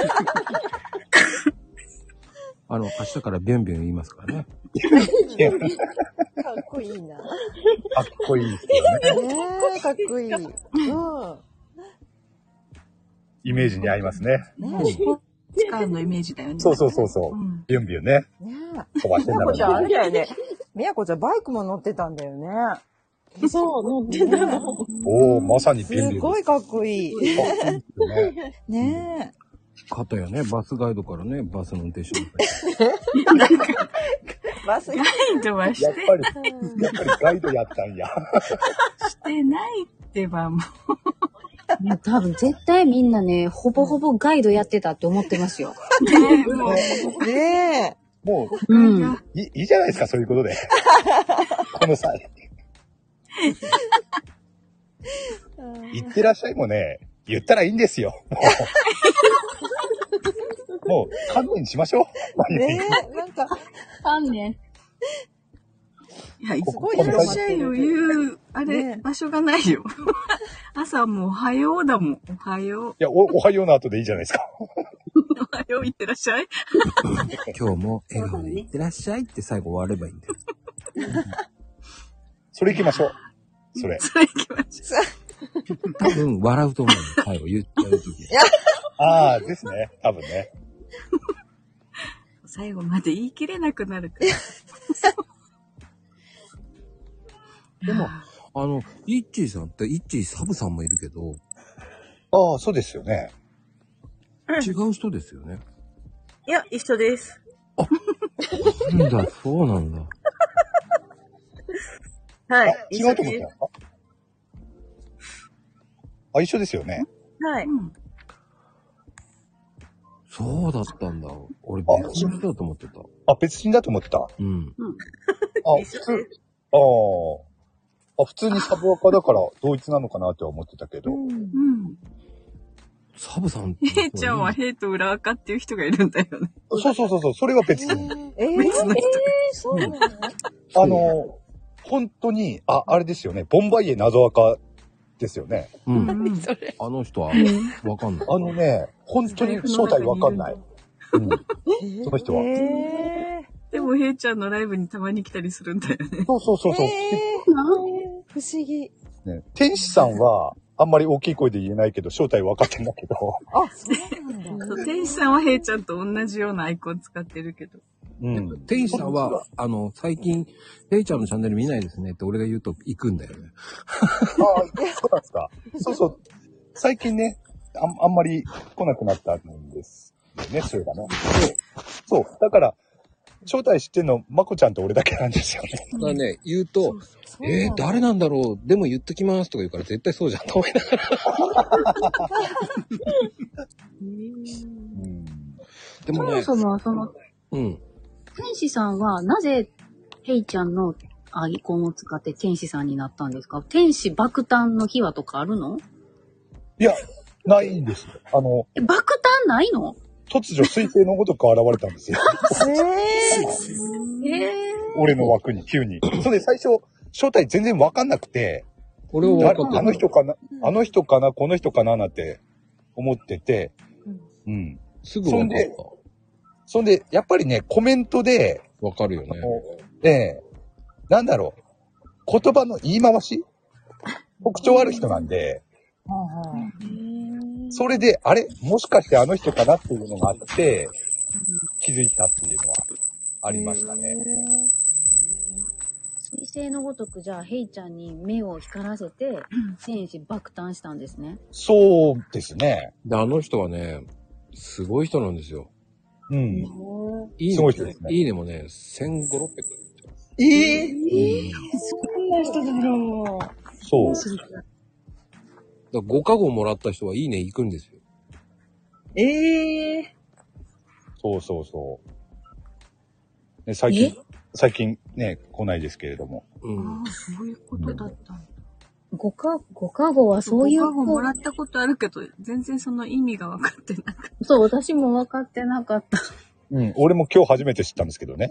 あの、明日からビュンビュン言いますからね。 かっこいいな。 かっこいいですよね。 ねえ、かっこいい。うん。 イメージに合いますね。 ねスポーツカーのイメージだよね。 そうそうそうそう。 うんビュンビュンね。 え。ね飛ばしてんだろうみやこちゃん、あね。 れだよね。みやこちゃん、バイクも乗ってたんだよね。そう、乗ってたの。 おー、まさにビュンビュン。 すごいかっこいい。 かっこいいですよね。 ねかたやね、バスガイドからね、バスの運転手になったえ。バスガイドはしやってぱり、やっぱりガイドやったんや。 してないってばもいや、多分絶対みんなね、ほぼほぼガイドやってたって思ってますよ。 う。ねもう、 ねもうん。 う、いい、いいじゃないですか、そういうことで。この際。行ってらっしゃいもね、言ったらいいんですよ。もう、もう観念しましょう。 え。ねえ、なんか、 観念。 いや、いすつもいらっしゃいよ、言う、あれ、 ね場所がないよ。朝もうおはようだもん。おはよう。 いや、お、おはようの後でいいじゃないですか。 おはよう、いってらっしゃい。 今日も笑顔でいってらっしゃいって最後終わればいいんだよ。 それ行きましょう。それ。 それ行きましょう。 多分笑うと思うよ、最後言っちゃうとき。 ああ、ですね。多分ね。 最後まで言い切れなくなるから。 でも、あの、イッチーさんって、イッチーサブさんもいるけど、 ああ、そうですよね。 違う人ですよね。 いや、一緒です。 なんだ、そうなんだ。 はあ、違うと思ってたのかあ、一緒ですよね。 はい。 そうだったんだ。俺あ別の人だと思ってた。 あ、別人だと思ってた。あ、 うん。 普通、ああ。あ、普通にサブアカだから同一なのかなって思ってたけど。 うん。 サブさんって。 ヘイちゃんはヘイと裏垢っていう人がいるんだよね。 そうそうそうそう、それは別人。 えー、 別の人。 そうなの？ あの、本当に、あ、あれですよね。ボンバイエ謎アカですよね。 うん。 うんあの人は、わかんない。 あのね、本当に正体わかんない。 うん。その人は。 えでも、ヘイちゃんのライブにたまに来たりするんだよね。 そうそうそうそう。 ー、不思議。 ね、天使さんは、あんまり大きい声で言えないけど、正体分かってんだけど。 あ、そうなんだ。 そう、天使さんはヘイちゃんと同じようなアイコン使ってるけど。 うん。 天使さんは、あの、最近、ヘイちゃんのチャンネル見ないですねって俺が言うと行くんだよね。 ああ、そうなんですか。そうそう。最近ね、あん、あんまり来なくなったんですよね、それがね。そう。そう。だから、正体知ってんの、まこちゃんと俺だけなんですよね。 だからね、言うと、えー、誰なんだろうでも言っときますとか言うから絶対そうじゃんと思いながら。 うん、 でもね、そもそも、その、 うん。 天使さんはなぜ、ヘイちゃんのアイコンを使って天使さんになったんですか？天使爆誕の秘話とかあるの？ いや、ないんですよ。あの、 え、爆誕ないの？ 突如水星のごとく現れたんですよ。 えー、 えー、 俺の枠に急に。それで最初、正体全然わかんなくて、 俺は分かった。 あの人かな、あの人かな、この人かななんて思ってて、うん。 すぐ分かった。 そんで、やっぱりね、コメントで、 わかるよね。 ええ、なんだろう、言葉の言い回し特徴ある人なんで、それで、あれもしかしてあの人かなっていうのがあって、気づいたっていうのはありましたね。 水星のごとくじゃあヘイちゃんに目を光らせて天使爆誕したんですね。 そうですね。 で、あの人はね、すごい人なんですよ。 うん。 いいね、 すごい人ですね。 いいねもね、せんごひゃく、ろっぴゃく。 えええー、そんな人だろう。 そう。 だごかごもらった人はいいね行くんですよ。 ええー。 そうそうそう。ね、最近、最近ね、来ないですけれども。 うん。ああ、そういうことだったんだ。ごか、ごかごはそういう。ごかごもらったことあるけど、全然その意味が分かってなかった。そう、私も分かってなかった。 うん、俺も今日初めて知ったんですけどね。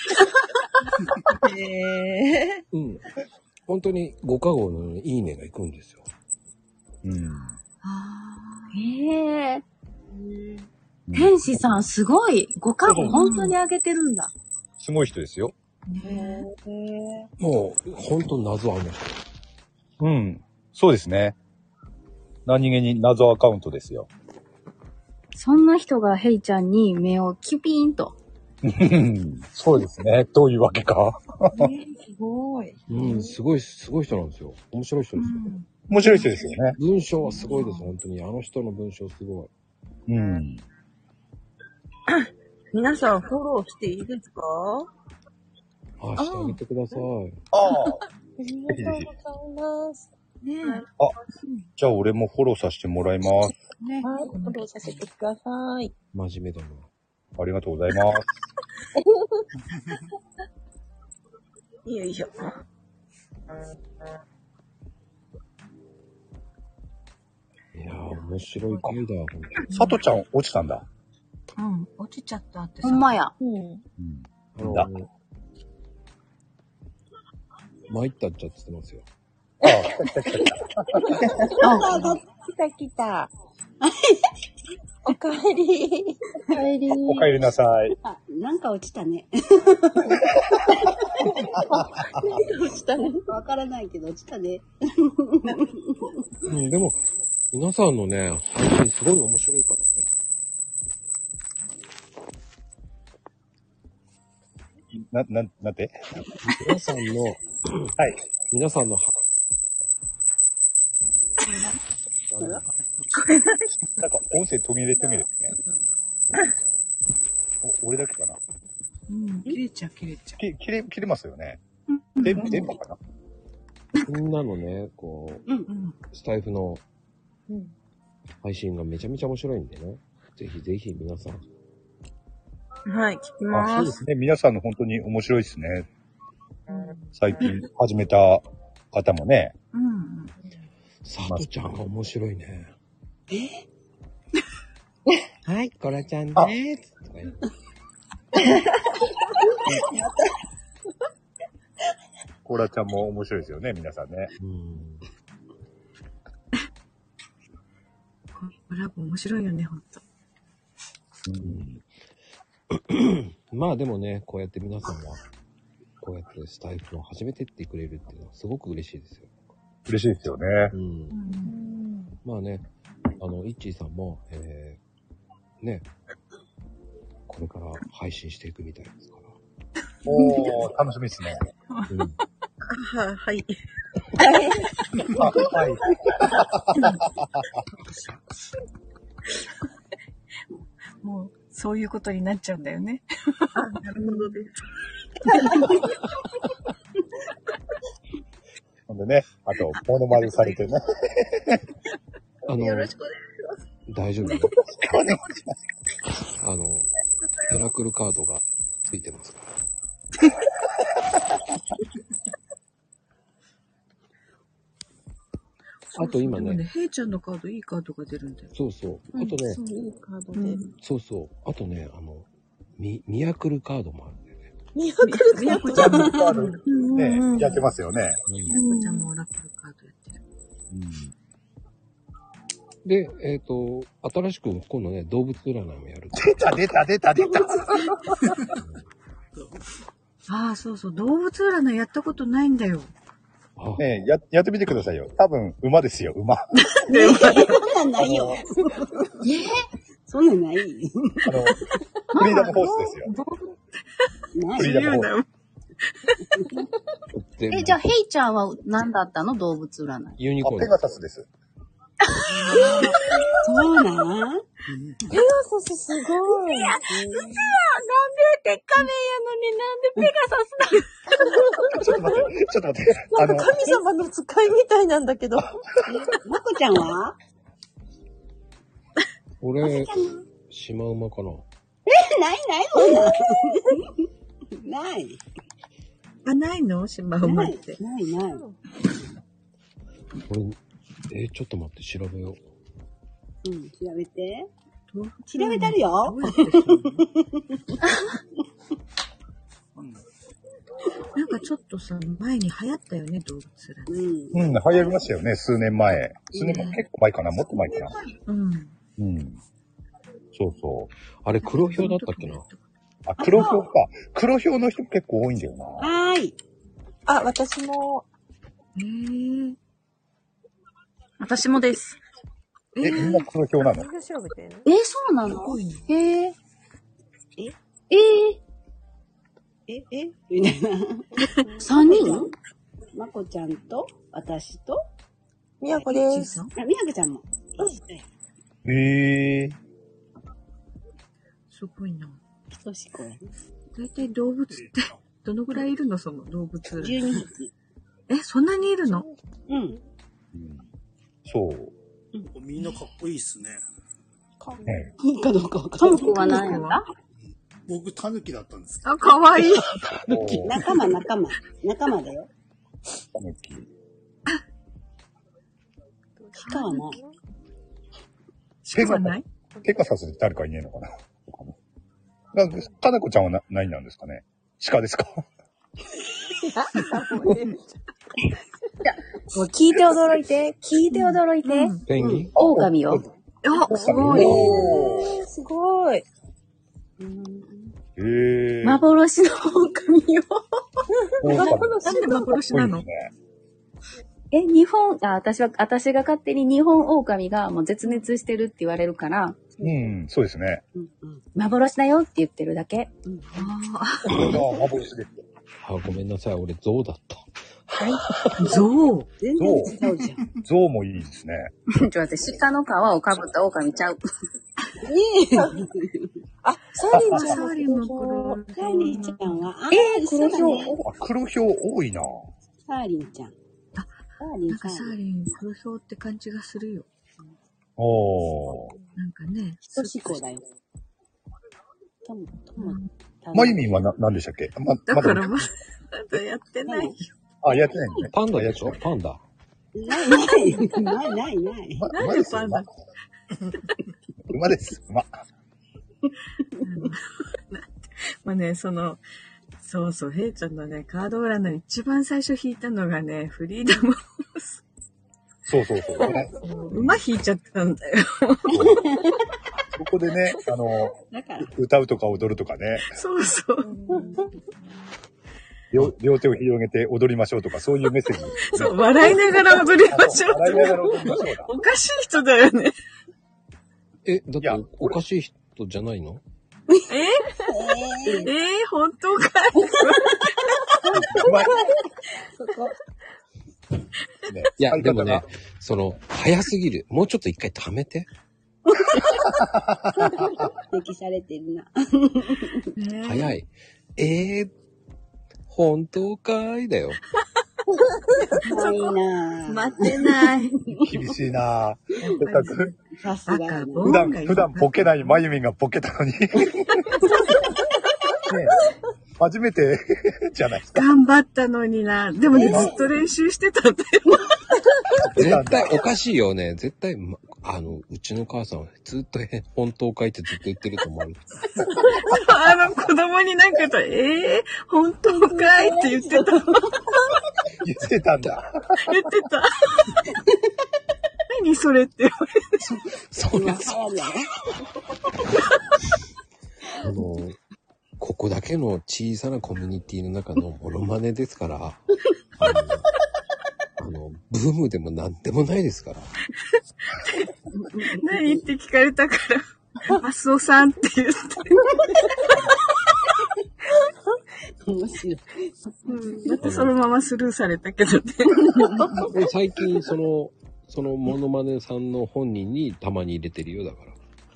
へえー。 うん。本当にごかごのいいねが行くんですよ。 うん。 ああ。へえ。天使さんすごい。ごかご本当にあげてるんだ。 すごい人ですよ。 へえ。 もう、本当謎あの人。 うん。そうですね。何気に謎アカウントですよ。 そんな人がヘイちゃんに目をキュピーンと。 そうですね。どういうわけか。 えー、すごい。 うん、すごい、すごい人なんですよ。面白い人ですよ。うん、 面白い人ですよね。 文章はすごいです、本当に。あの人の文章すごい。 うん。 皆さんフォローしていいですか？ あ、してあげてください。 ああ。 ありがとうございます。 ねえ。 あ、じゃあ俺もフォローさせてもらいます。 ね、はい、フォローさせてください。 真面目だな。 ありがとうございます。 よいしょ。 いやー、面白い回だ、ほんと。 さとちゃん落ちたんだ。 うん、落ちちゃったってさ。ほんまや。 うん。 うん。だ。 参ったっちゃってますよ。 ああ、来た来た来た。 来た来た。おかえり。 おかえり。 おかえりなさい。 あ、なんか落ちたね。 落ちたね。 わからないけど落ちたね。 うん、でも、皆さんのね、配信すごい面白いからね。 な、な、なんて皆さんの、はい。皆さんの、 なんか音声途切れ途切れですね。お、俺だけかな。 うん、切れちゃう切れちゃう。 き、切れ、切れますよね。電波、電波かな。 みんなのね、こう、 うんうん、 スタイフの配信がめちゃめちゃ面白いんでね。ぜひぜひ皆さん。 はい、聞きます。 そうですね。皆さんの本当に面白いですね。最近始めた方もね。 うん。 さとちゃんが面白いね。 えはい、コラちゃんでーす。 コラちゃんも面白いですよね、皆さんね。 うん。 コラボ面白いよね、ほんと。 うん。 まあでもね、こうやって皆さんは、こうやってスタイフを始めてってくれるっていうのはすごく嬉しいですよ。 嬉しいですよね。 うん。まあね、あの、イッチーさんも、えー、ね、これから配信していくみたいですから。 おー、楽しみですね。 うん、 は、はい。 はい。 もう、そういうことになっちゃうんだよね。あ、なるほどです。 ほんでね、あと、モノマネされてね。 あの、 よろしくお願いします。 大丈夫。 よろしくお願いします。 あの、ヘラクルカードがついてますから。あと今ね。 ヘイちゃんのカード、いいカードが出るんだよ。 そうそう。あとね。 そう、いいカードで。 そうそう。あとね、あの、ミ、ミヤクルカードもあるんだよね。 ミヤクルカードミヤクルカードね、やってますよね。 ミヤコちゃんもオラクルカードやってる。 うん、で、えっと、新しく今度ね、動物占いもやる。 出た出た出た出た。 ああ、そうそう。動物占いやったことないんだよ。 ねえ、や、やってみてくださいよ。多分、馬ですよ、馬。 そんなんないよ。えそんなんない。 あの、フリーダムホースですよ。フリーダムホース。え、じゃあ、ヘイちゃんは何だったの？動物占い。 ユニコーン。 ペガサスです。 そうなん？ ペガサスすごい。 いや、嘘や、なんで鉄仮面やのになんでペガサスなの？ ちょっと待って、ちょっと待って。 なんか神様の使いみたいなんだけど。 まこちゃんは？ 俺、シマウマかな。 え、ないないそんな。ない。 あ、ないの？シマウマって。 ないない。 俺、えー、ちょっと待って、調べよう。うん、調べて。調べたるよ。 なんかちょっとさ、前に流行ったよね、動物占い。うん、うん、流行りましたよね、数年前。数年前、結構前かな、もっと前かな。 うん。 うん。そうそう。 あれ、黒豹だったっけな。 あ、黒豹か。黒豹の人結構多いんだよな。 はーい。あ、私も。 へー。 私もです。 え、みんな黒豹なの？ え、そうなの？へえ。ええええみたいな。 三人？ まこちゃんと、私と、 みやこです。 あ、みやこちゃんも。 へえ。 すごいな。 ひとしこやね。 だいたい動物って、どのぐらいいるのその動物。 じゅうにひき。 え、そんなにいるの？ うん。 そう。 うん、みんなかっこいいっすね。 ねいいかどうかわかんない。 トンクは何やった？ 僕、タヌキだったんですけど。あ、かわいい。 仲間、仲間。仲間だよ。 タヌキ。 鹿はない。 鹿はないペガサスで誰かいねえのかな。なんか、かなこちゃんはな何なんですかね？鹿ですか？ もう聞いて驚いて、聞いて驚いて。うん、 ペンギン？ 狼よ。 あ、すごい。 えー、すごい。 へえ。 幻の狼よ。 なんで幻なの？ え、日本、あ、私は、私が勝手に日本狼がもう絶滅してるって言われるから。 うん、そうですね。 幻だよって言ってるだけ。 うん、 ああ、幻です。 あ、ごめんなさい、俺象だった。 はい。 象？ 全然違うじゃん。 象もいいですね。 ちょっと待って、鹿の皮をかぶった狼ちゃう。 ねえ。 あ、サーリンちゃん。 サーリンも黒。 サーリンちゃんは、 えー、黒豹。 あ、黒豹多いな。 サーリンちゃん。 あ、なんかサーリン、黒豹って感じがするよ。 おー。 なんかね。 ひとしこだよ。とも、とも。 まゆみんはな、何でしたっけ？ま、 だからまだやってないよ。 あ、やってないんね。 パンダでしょ？パンダ。 ないないないないない。 ま、 なんでパンダ？ 馬です。馬。 まあね、その、そうそう、ヘイちゃんのね、カード占い一番最初引いたのがね、フリーダムホース。 そうそうそう、ね。 馬引いちゃったんだよ。 そここでね、あの、 だから。 歌うとか踊るとかね、 そうそう。 両両手を広げて踊りましょうとか、そういうメッセージ。 そう、笑いながら踊りましょう。 笑いながら踊りましょうだ。 おかしい人だよね。 え、だっいやておかしい人じゃないの？ ええー、本当かうまい。 そこ。 ねいや、 相方でもね、その、早すぎる。もうちょっと一回貯めて。 指摘されてるな。 早い。えー、本当かいだよ。 可愛いなぁ。 待ってない。 厳しいなぁ。せっかく、 さすがやな。 普段、普段ボケないまゆみんがボケたのに。ねえ初めてじゃないですか。 頑張ったのにな。でもね、ずっと練習してたんだよ。 絶対おかしいよね。絶対、ま、あの、うちの母さんはずっとへ本当かいってずっと言ってると思う。 あの子供になんか言ったら、えー、本当かいって言ってた。 言ってたんだ。 言ってた。何それって言われて。 それ、 今流行るやろ。 あの、ここだけの小さなコミュニティの中のモノマネですから、あの、あのブームでもなんでもないですから。 何って聞かれたから、マスオさんって言って。 面白い。 うん。だってそのままスルーされたけどね。 で最近その、そのモノマネさんの本人にたまに入れてるよ、だから。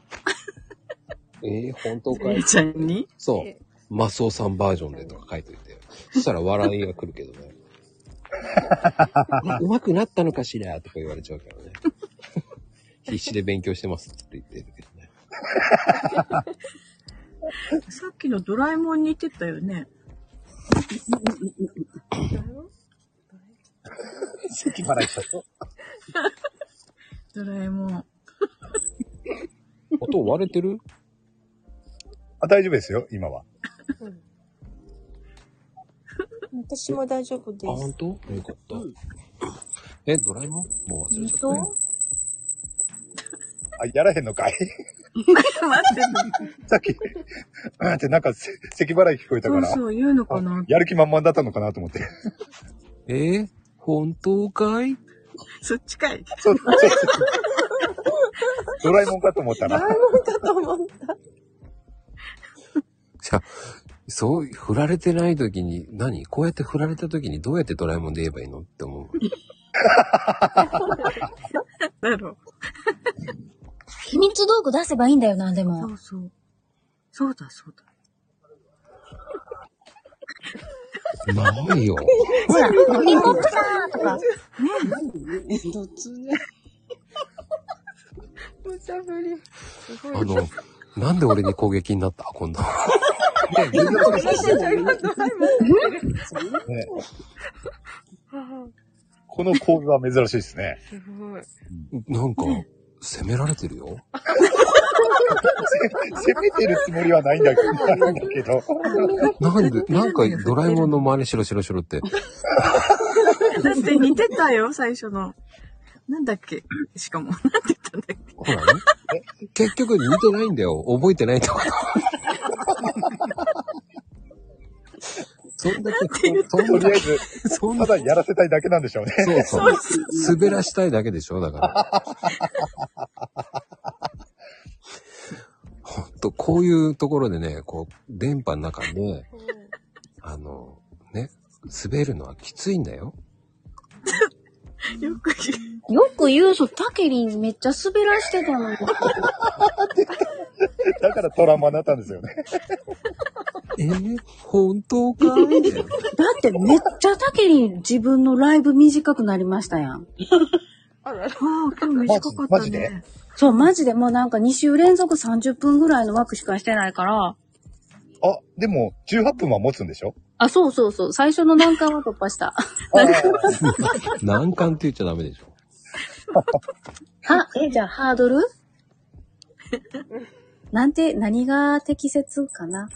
えー、本当かい？ ちゃんにそう。マスオさんバージョンでとか書いといて。そしたら笑いが来るけどね。うまくなったのかしらとか言われちゃうからね。必死で勉強してますって言ってるけどね。 さっきのドラえもんに似てたよね。 咳払いしちゃった。 ドラえもん。 音割れてる？ あ、大丈夫ですよ、今は。 私も大丈夫であ、本す。 当？よかった。え、ドラえもん？もう忘れちゃったよ。 あ、やらへんのかい？ 待ってさっき、うんってなんかせ咳払い聞こえたから、 そうそう、言うのかな。 やる気満々だったのかなと思って。 えー、本当かい？ そっちかい。 そうそうドラえもんかと思ったら。 ドラえもんかと思った。 じゃあ、そう、振られてない時に、何？こうやって振られた時にどうやってドラえもんで言えばいいのって思う。 だろう。 秘密道具出せばいいんだよな、でも。 そうそう。そうだ、そうだ。 ないよ。 ほら、ロリポップだーとか。 ねどっちね。 無茶ぶり。すごい。 あの、なんで俺に攻撃になった今度。 ね、この構図は珍しいですね。 すごい。 なんか、責められてるよ。 攻めてるつもりはないんだけど、ないんだけど。 なんで、なんかドラえもんの真似しろしろしろって。 だって似てたよ、最初の。なんだっけしかも、なんて言ったんだっけほらね。結局似てないんだよ。覚えてないってこと。そんだけ、そんだけ、 とりあえず、 そんただやらせたいだけなんでしょうね。 そうそう。滑らしたいだけでしょだから。ほんと、こういうところでね、こう、電波の中で、あの、ね、滑るのはきついんだよ。 よく言う。 よく言うぞ、タケリンめっちゃ滑らしてたのに。 だからトラウマになったんですよね。 えー、本当かい？ だってめっちゃタケリン自分のライブ短くなりましたやん。 あら、ああ、今日短かったね。 マジで？ そう、マジでもうなんかに週連続さんじゅっぷんぐらいの枠しかしてないから。 あ、でも、じゅうはっぷんは持つんでしょ？ あ、そうそうそう。最初の難関は突破した。 難関って言っちゃダメでしょ。 あ、え、じゃあハードルなんて、何が適切かな？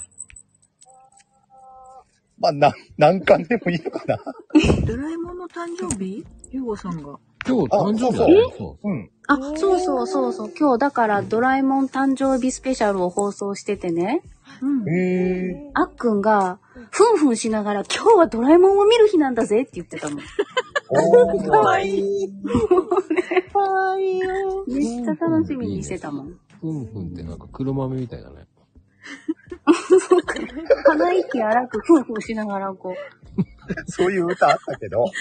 まあ、な、難関でもいいのかな。 ドラえもんの誕生日ゆうごさんが。 今日誕生日だあよ。そううん。 あ、そうそうそうそう。今日だからドラえもん誕生日スペシャルを放送しててね。うん。 へえ。 あっくんが、ふんふんしながら、今日はドラえもんを見る日なんだぜって言ってたもん。 おー。 かわいい。かわいいよ。 めっちゃ楽しみにしてたもん。 ふんふんってなんか黒豆みたいだね。 そうか。鼻息荒くふんふんしながらこう。 そういう歌あったけど。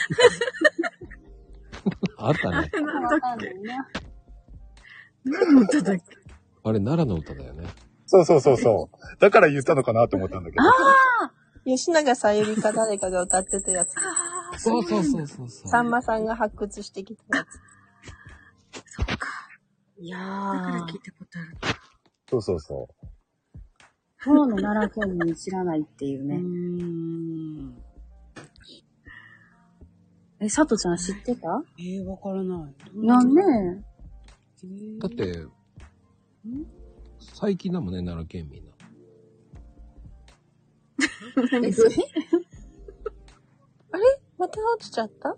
あったね。 なんだっけ。何の歌だっけ。 あれ、奈良の歌だよね。 そうそうそうそう。だから言ったのかなと思ったんだけど。 ああ吉永さゆりか誰かが歌ってたやつ。 そうそうそうそうそう。 さんまさんが発掘してきたやつ。 そうか。いやだからー。 聞いたことある。 そうそうそう。 プロの奈良県民知らないっていううーね。 ん。 え、佐藤ちゃん知ってた？ えー、わからない。 なんで？ だって、最近だもんね、奈良県民の。 えあれまた落ちちゃった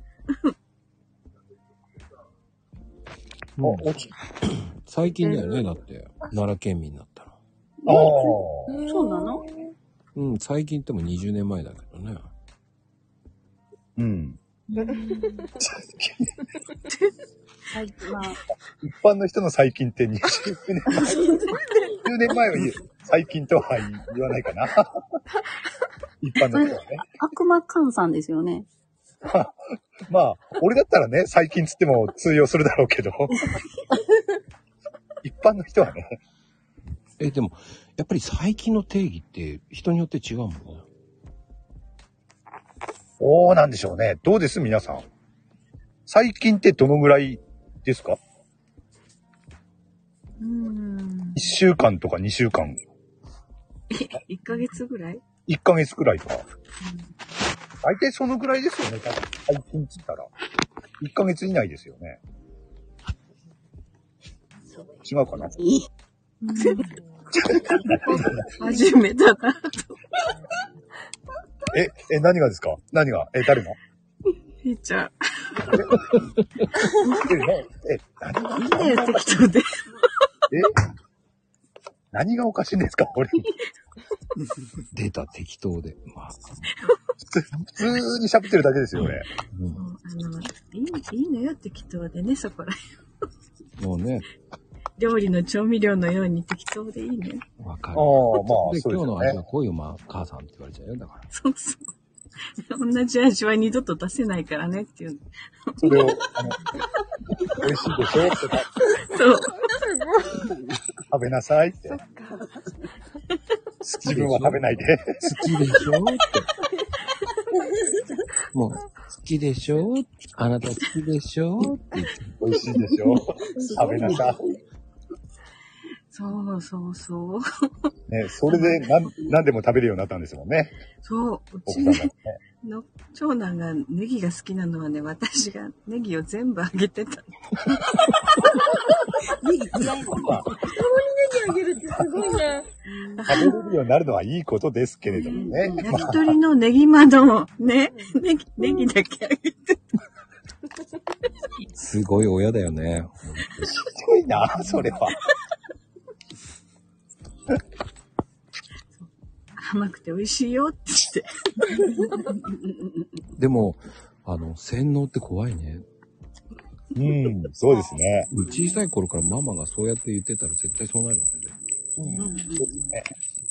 もう最近だよね、だって。奈良県民になったら。 ああ。 そうなの？ うん、最近ってもにじゅうねんまえだけどね。 うん。 最近は。 一般の人の最近ってにじゅうねんまえ。にじゅうねんまえを言う最近とは言わないかな。一般の人はね。 悪魔換算ですよね。 まあ、俺だったらね、最近つっても通用するだろうけど。一般の人はね。 え、でも、やっぱり最近の定義って人によって違うもんね。 そうなんでしょうね。どうです皆さん。最近ってどのぐらいですか？ うーん。 一週間とか二週間。 いっかげつぐらい？ 一ヶ月くらいとか。大体そのぐらいですよね。多分最近っつったら。一ヶ月以内ですよね。違うかな？ 初めてだな。 え、え、何がですか？何が？え、誰が？ ひーちゃん。 え、なえ、何が？ いいね、適当で。 え何がおかしいんですか俺。 出た、適当で。まあ。 普通に喋ってるだけですよね。 うん、 あの、いい、いいのよ、適当でね、そこらへん。 もうね。 料理の調味料のように適当でいいね。 わかる。 ああ、まあ、 で、 そうです今日のよね。 味はこういうまあ、母さんって言われちゃうよ。だから。 そうそう。同じ味は二度と出せないからねっていう。 それを、あの、美味しいでしょとか。 そう。 食べなさいって。自分は食べないで。 好きでしょって。もう、好きでしょあなた好きでしょって言って。 美味しいでしょ食べなさい。 そうそうそう。 ね、それで何、何でも食べるようになったんですもんね。 そう。うち奥さんがねね。 の長男がネギが好きなのはね、私がネギを全部あげてた。 ネギ嫌いなの？ まあ、 あげるってすごいね。 食べれるようになるのはいいことですけれどもね。 焼き鳥のネギ窓もね、ネギ、ネギだけあげてた。 すごい親だよね。 すごいな、それは。 甘くて美味しいよって言って。 でも、あの、洗脳って怖いね。 うん、そうですね。 小さい頃からママがそうやって言ってたら絶対そうなるよね。 うん、そうですね。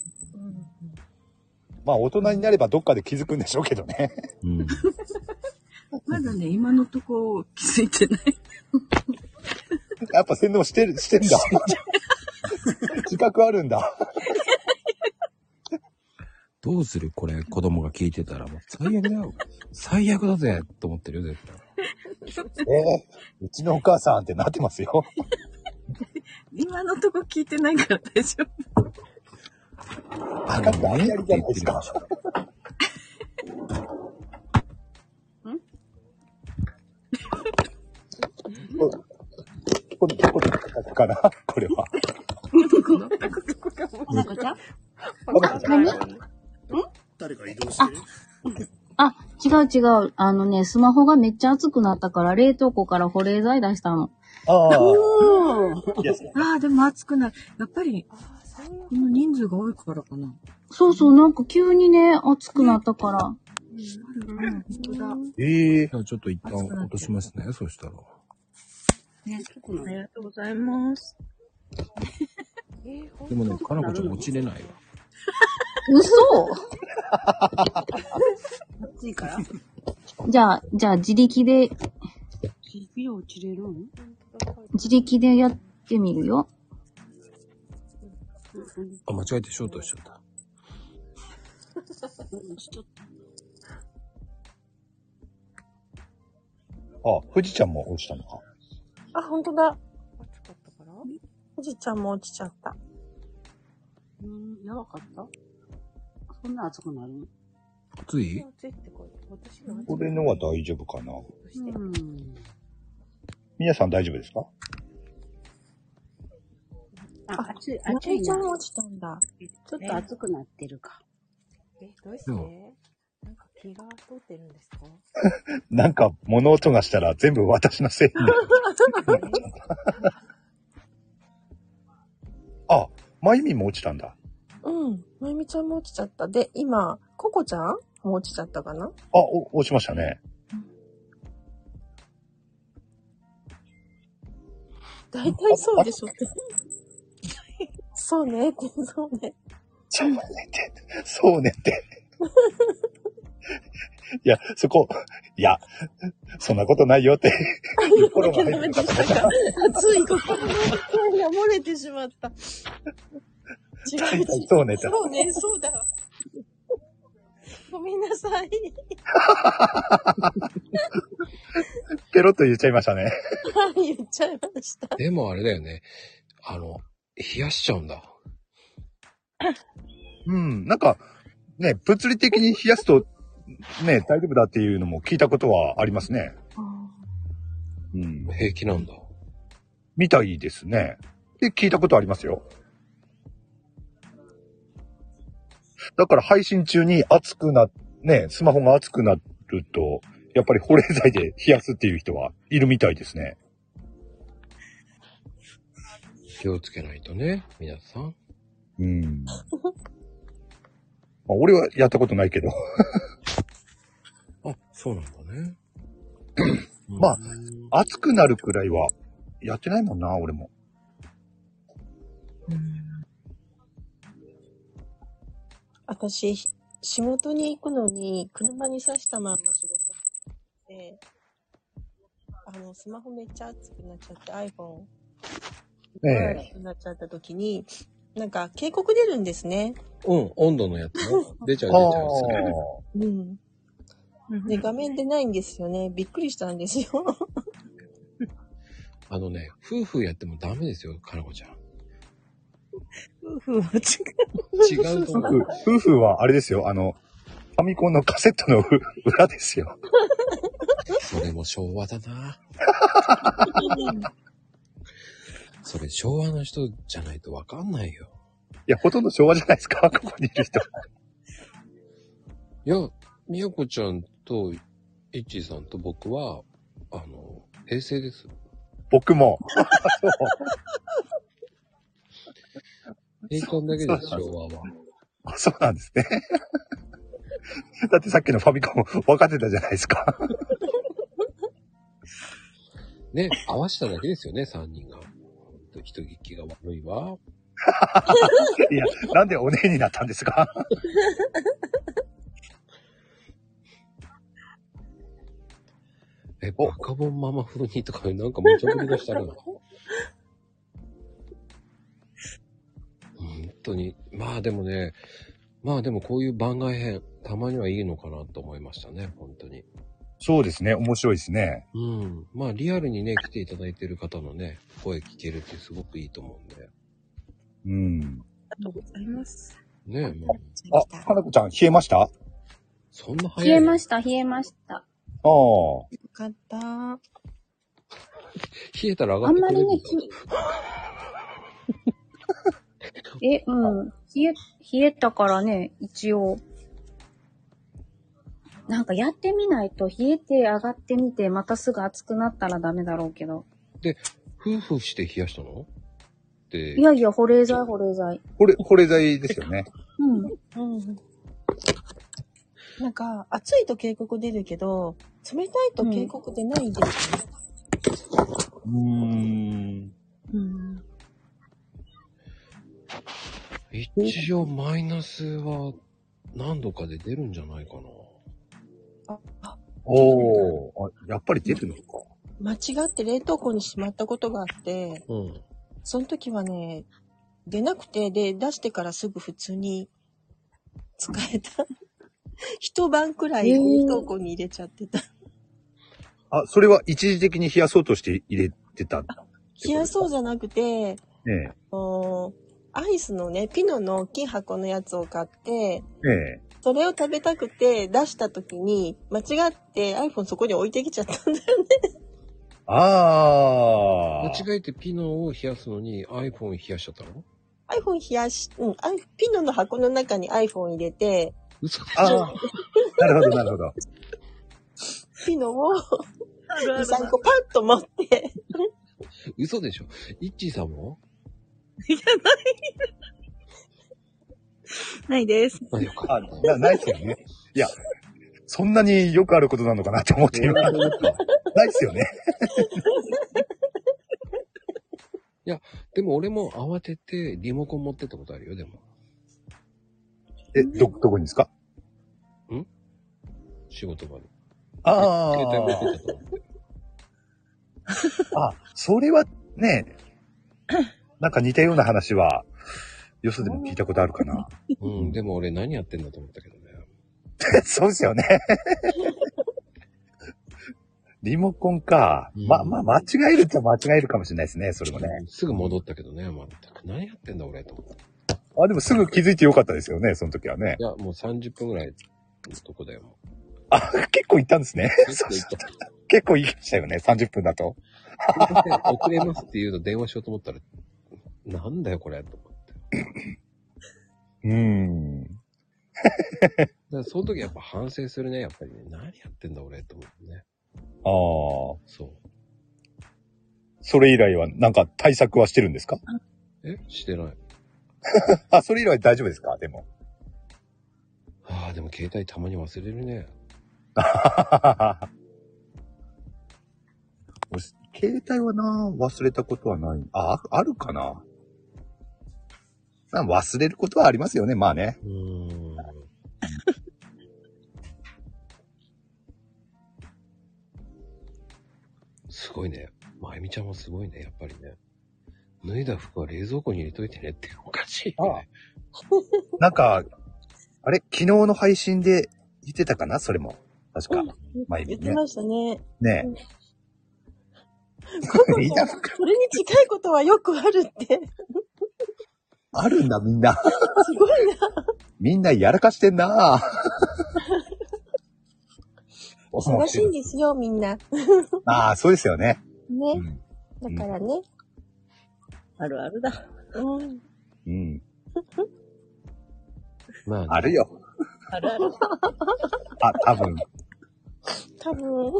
まあ、大人になればどっかで気づくんでしょうけどね。 うん。 まだね、今のとこ気づいてない。 やっぱ洗脳してる、してんだ。自覚あるんだ。 どうするこれ、子供が聞いてたらもう最悪だよ。最悪だぜと思ってるよ、絶対。 えー、うちのお母さんってなってますよ。 今のとこ聞いてないから大丈夫。 あかった、あのねりありじゃないですか。こ、こ、ここかなこれは。 なかちゃん？ わかった。 誰か移動してる？ あ、 違う違う。あのね、スマホがめっちゃ熱くなったから、冷凍庫から保冷剤出したの。 ああ。 ああ、でも熱くなる。やっぱり、この人数が多いからかな。 そうそう、なんか急にね、熱くなったから。 うん、本当だ。 ええー。 じゃあちょっと一旦落としますね、そしたら。 ね、ありがとうございます。 でもね、かなこちゃん落ちれないわ。 嘘暑いからじゃあ、じゃあ自力で、 自力で落ちれるん自力でやってみるよ。 あ、間違えてショートしちゃった。 あ、富士ちゃんも落ちたのか。 あ、ほんとだ。富士ちゃんも落ちちゃった。 うん、やばかったそんな暑くなる暑い？ 俺のは大丈夫かな。 うん。 皆さん大丈夫ですか？ あ、暑い、 あ、 暑いな。 ちゃん落ちたんだ。 ちょっと暑くなってるか。 え、どうして？なんか気が通ってるんですか？ なんか物音がしたら全部私のせいになる。あ、まゆみも落ちたんだ。 うん。まゆみちゃんも落ちちゃった。で、今、ココちゃんも落ちちゃったかな？ あ、お落ちましたね。 大体そうでしょって。そうねって、そうね。 そうねって、そうねって。いや、そこ、いや、そんなことないよって。 言わなきゃダメでしたか。熱い心の声が漏れてしまった。違う違う。 そうねって。 そうね、そうだわ。ごめんなさい。 ペロッと言っちゃいましたね。 はい、言っちゃいました。 でもあれだよね。あの、冷やしちゃうんだ。 うん、なんか、ね、物理的に冷やすと、ね、大丈夫だっていうのも聞いたことはありますね。うん。 平気なんだ。 みたいですね。で、聞いたことありますよ。だから配信中に熱くな、ね、スマホが熱くなると、やっぱり保冷剤で冷やすっていう人はいるみたいですね。 気をつけないとね、皆さん。 うん。まあ、俺はやったことないけど。 あ、そうなんだね。 まあ、熱くなるくらいはやってないもんな、俺も。 私、仕事に行くのに、車に刺したまんま仕事して、あの、スマホめっちゃ熱くなっちゃって、iPhone。 ええ。 熱くなっちゃった時に、なんか警告出るんですね。 うん、温度のやつね。出ちゃう出ちゃう。 うん。で、画面出ないんですよね。びっくりしたんですよ。 あのね、夫婦やってもダメですよ、かなこちゃん。 夫婦は違う。違うと思う。 夫婦はあれですよ、あの、ファミコンのカセットの裏ですよ。 それも昭和だな。それ昭和の人じゃないとわかんないよ。 いや、ほとんど昭和じゃないですか、ここにいる人。 いや、みやこちゃんと、いっちーさんと僕は、あの、平成です。 僕も。 平ちゃんだけです、昭和は。 あ、そうなんですね。だってさっきのファミコン分かってたじゃないですか。 ね、合わせただけですよね、三人が。人聞きが悪いわ。 いや、なんでお姉になったんですか？ え、バカボンママ風にとか、なんか無茶ぶりがしたな。本当に。まあでもね、まあでもこういう番外編、たまにはいいのかなと思いましたね、本当に。 そうですね、面白いですね。 うん。まあリアルにね、来ていただいている方のね、声聞けるってすごくいいと思うんで。 うん。 ありがとうございます。 ねえ、もう。 あ、かなこちゃん、冷えました？ そんな早い？ 冷えました、冷えました。 ああ。 よかった。 冷えたら上があんまってくれるりね、え、うん。冷え、冷えたからね、一応。 なんかやってみないと冷えて上がってみて、またすぐ熱くなったらダメだろうけど。 で、夫婦して冷やしたので。 いやいや、保冷剤、保冷剤。 これ、保冷剤ですよね。 うん。うん。 なんか、暑いと警告出るけど、冷たいと警告出ないんですよね。 うーん。 うん。 一応マイナスは何度かで出るんじゃないかな。 あ、あ、 おー、あ、やっぱり出るのか。 間違って冷凍庫にしまったことがあって、 うん。 その時はね、出なくて、で、出してからすぐ普通に使えた。一晩くらい冷凍庫に入れちゃってた。 あ、それは一時的に冷やそうとして入れてた。 冷やそうじゃなくて、 ねアイスのね、ピノの大きい箱のやつを買って、 え。ええ。 それを食べたくて出した時に、間違って iPhone そこに置いてきちゃったんだよね。 ああ。 間違えてピノを冷やすのに iPhone 冷やしちゃったの？ iPhone 冷やし、うん、ピノの箱の中に iPhone 入れて、 嘘でしああ。 ょ？ なるほど、なるほど。 ピノをに、さんこパッと持って。 嘘でしょ？イッチーさんも？ いや、ない。ないです。 あ、よかあ、な、ないですよね。いや、そんなによくあることなのかなと思って今。ないですよね。 いや、でも俺も慌ててリモコン持ってったことあるよ、でも。 え、ど、どこにですか？ ん？仕事場に。 ああ。 携帯持ってったと思って。 あ、それはね、なんか似たような話は、よそでも聞いたことあるかな。 うん、でも俺何やってんだと思ったけどね。 そうですよね。リモコンか。 うん、 ま、まあ、間違えるっちゃ間違えるかもしれないですね、それもね。 すぐ戻ったけどね、まったく。何やってんだ俺と思って。 あ、でもすぐ気づいてよかったですよね、その時はね。 いや、もうさんじゅっぷんぐらいのとこだよ。 あ、結構行ったんですね。 結構行った。 結構行きましたよね、さんじゅっぷんだと。 遅れますっていうの電話しようと思ったら、なんだよこれと思って。 うーん。 だからその時やっぱ反省するね、やっぱりね。何やってんだ俺と思ってね。 ああ。 そう。 それ以来はなんか対策はしてるんですか？ え？してない。 あ、それ以来大丈夫ですか？でも。 ああ、でも携帯たまに忘れるね。 携帯はな、忘れたことはない。あ、あるかな。まあ、忘れることはありますよね、まあね。 うーん。すごいね。まゆみちゃんもすごいね、やっぱりね。脱いだ服は冷蔵庫に入れといてねっておかしいよね。 なんか、あれ昨日の配信で言ってたかなそれも。確か。まゆみね。 言ってましたね。 ねえ。 それに近いことはよくあるって。 あるんだ、みんな。 すごいな。 みんなやらかしてんな。 忙しいんですよ、みんな。 ああ、そうですよね。 ね。うん、だからね、うん。 あるあるだ。 うん。 うん。 まあ、ね、 あるよ。 あるある。 あ、多分。 多分。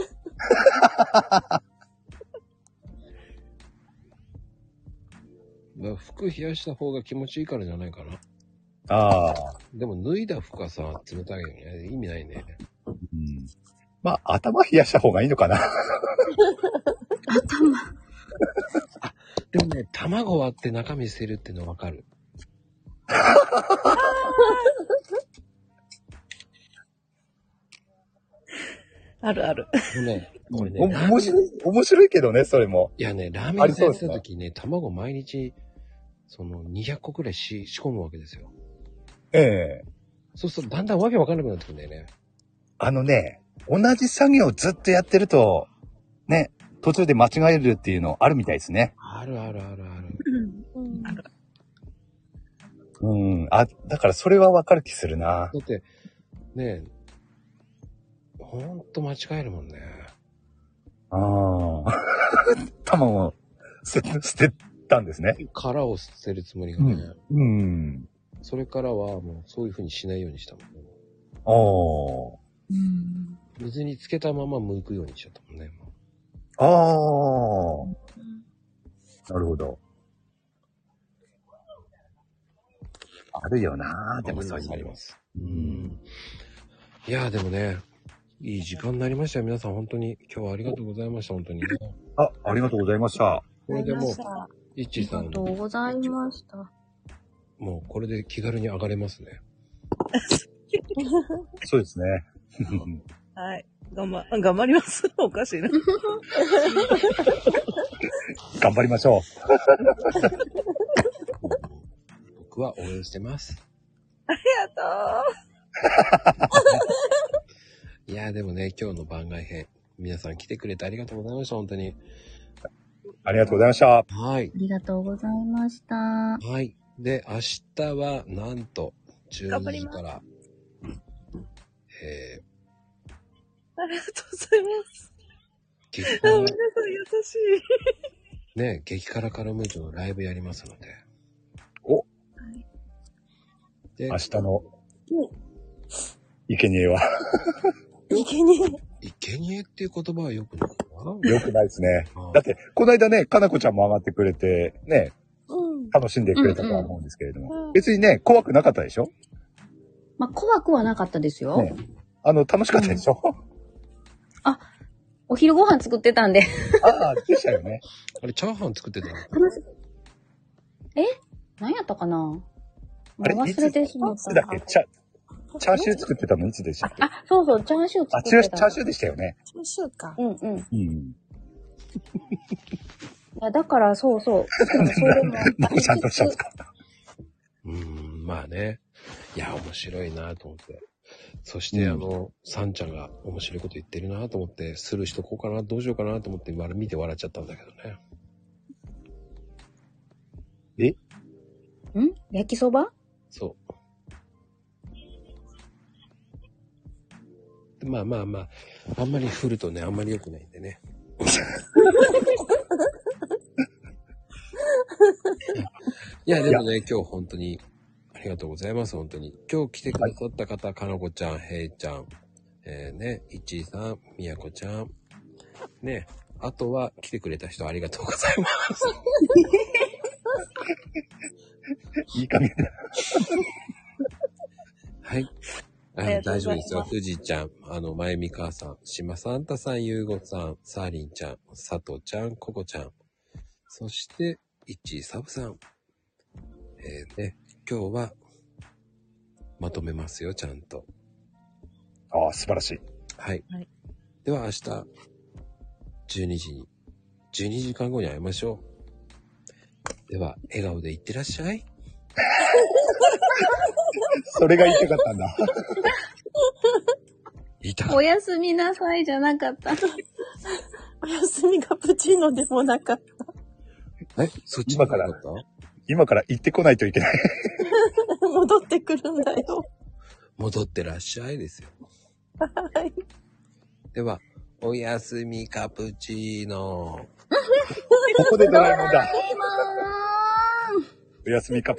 まあ、服冷やした方が気持ちいいからじゃないかな。 ああ。 でも脱いだ服はさ、冷たいよね。意味ないね。 うん。まあ、頭冷やした方がいいのかな。 頭。 あ、でもね、卵割って中身捨てるってのわかる。 あるある。 ね、これね、 面白い、面白いけどね、それも。 いやね、ラーメン屋やってた時ね、卵毎日、その、にひゃっこくらいし仕込むわけですよ。 ええ。 そうするとだんだんわけわかんなくなってくるんだよね。あのね、同じ作業をずっとやってると、ね、途中で間違えるっていうのあるみたいですね。 あるあるあるある。 うん。ある。 うん。あ、だからそれはわかる気するな。 だって、ねえ、ほんと間違えるもんね。 ああ。卵を捨て、捨てたんですね。 殻を捨てるつもりがね。 うん。うん、 それからはもうそういう風にしないようにしたもんね。 おー。 うん。 水につけたまま剥くようにしちゃったもんね。 ああ。なるほど。あるよなぁ。でもそういうのあります。うん。いやーでもね、いい時間になりましたよ。皆さん本当に今日はありがとうございました。本当にね。 あ、ありがとうございました。 これでもう、いっちーさん。 ありがとうございました。 もうこれで気軽に上がれますね。 そうですね。 はい。頑張、頑張ります。おかしいな。 頑張りましょう。 僕は応援してます。 ありがとう。いや、でもね、今日の番外編、皆さん来てくれてありがとうございました。本当に。 ありがとうございました。 はい。 ありがとうございました。はい。で、明日は、なんと、じゅうにじから、えー、 ありがとうございます。 激辛。皆さん優しい。ね、激辛カラムーチョのライブやりますので。 お、はい、で明日の、いけにえは。 いけにえいけにえっていう言葉はよくないかなよくないですね。だって、この間ね、かなこちゃんも上がってくれて、ね、うん、楽しんでくれたとは思うんですけれども、うんうん、別にね、怖くなかったでしょ？ まあ、怖くはなかったですよ。 ね、あの、楽しかったでしょ？うん、 あ、お昼ご飯作ってたんで。 ああ、でしたよね。 あれ、チャーハン作ってたの？ 楽しえ何やったかな？もう忘れてしまった。 いつだっけ？チャ、チャーシュー作ってたのいつでしたっけ？ あ、そうそう、チャーシュー作ってた。 あ、チャーシューでしたよね。 チャーシューか。 うんうん。 うん。いや、だから、そうそう。 もうちゃんとしたんですか？ うーん、まあね。いや、面白いなと思って。そして、うん、あの、サンちゃんが面白いこと言ってるなと思って、スルーしとこうかな、どうしようかなと思って、見て笑っちゃったんだけどね。 え？ ん？焼きそば？ そう。まあまあまあ、あんまり振るとね、あんまり良くないんでね。いや、でもね、今日本当にありがとうございます、本当に。今日来てくださった方、かなこちゃん、へいちゃん、えー、ね、いちいさん、みやこちゃん、ね、あとは来てくれた人ありがとうございます。 いい加減だ。 はい。あの大丈夫ですよ。富士ちゃん、あの、まゆみかさん、しまさんたさん、ゆうごさん、さーりんちゃん、さとちゃん、ここちゃん、そして、いちいさぶさん。えー、ね、今日は、まとめますよ、ちゃんと。 ああ、素晴らしい。 はい。はい、では明日、じゅうにじに、じゅうにじかんごに会いましょう。では、笑顔でいってらっしゃい。 それが言いたかったんだ。 言いたかった。おやすみなさいじゃなかった。 おやすみカプチーノでもなかった。 え、そっち今から、 今から行ってこないといけない。 戻ってくるんだよ。 戻ってらっしゃいですよ。 はい。 では、おやすみカプチーノ。 ここでドラえもんだ。おやすみカプチーノ。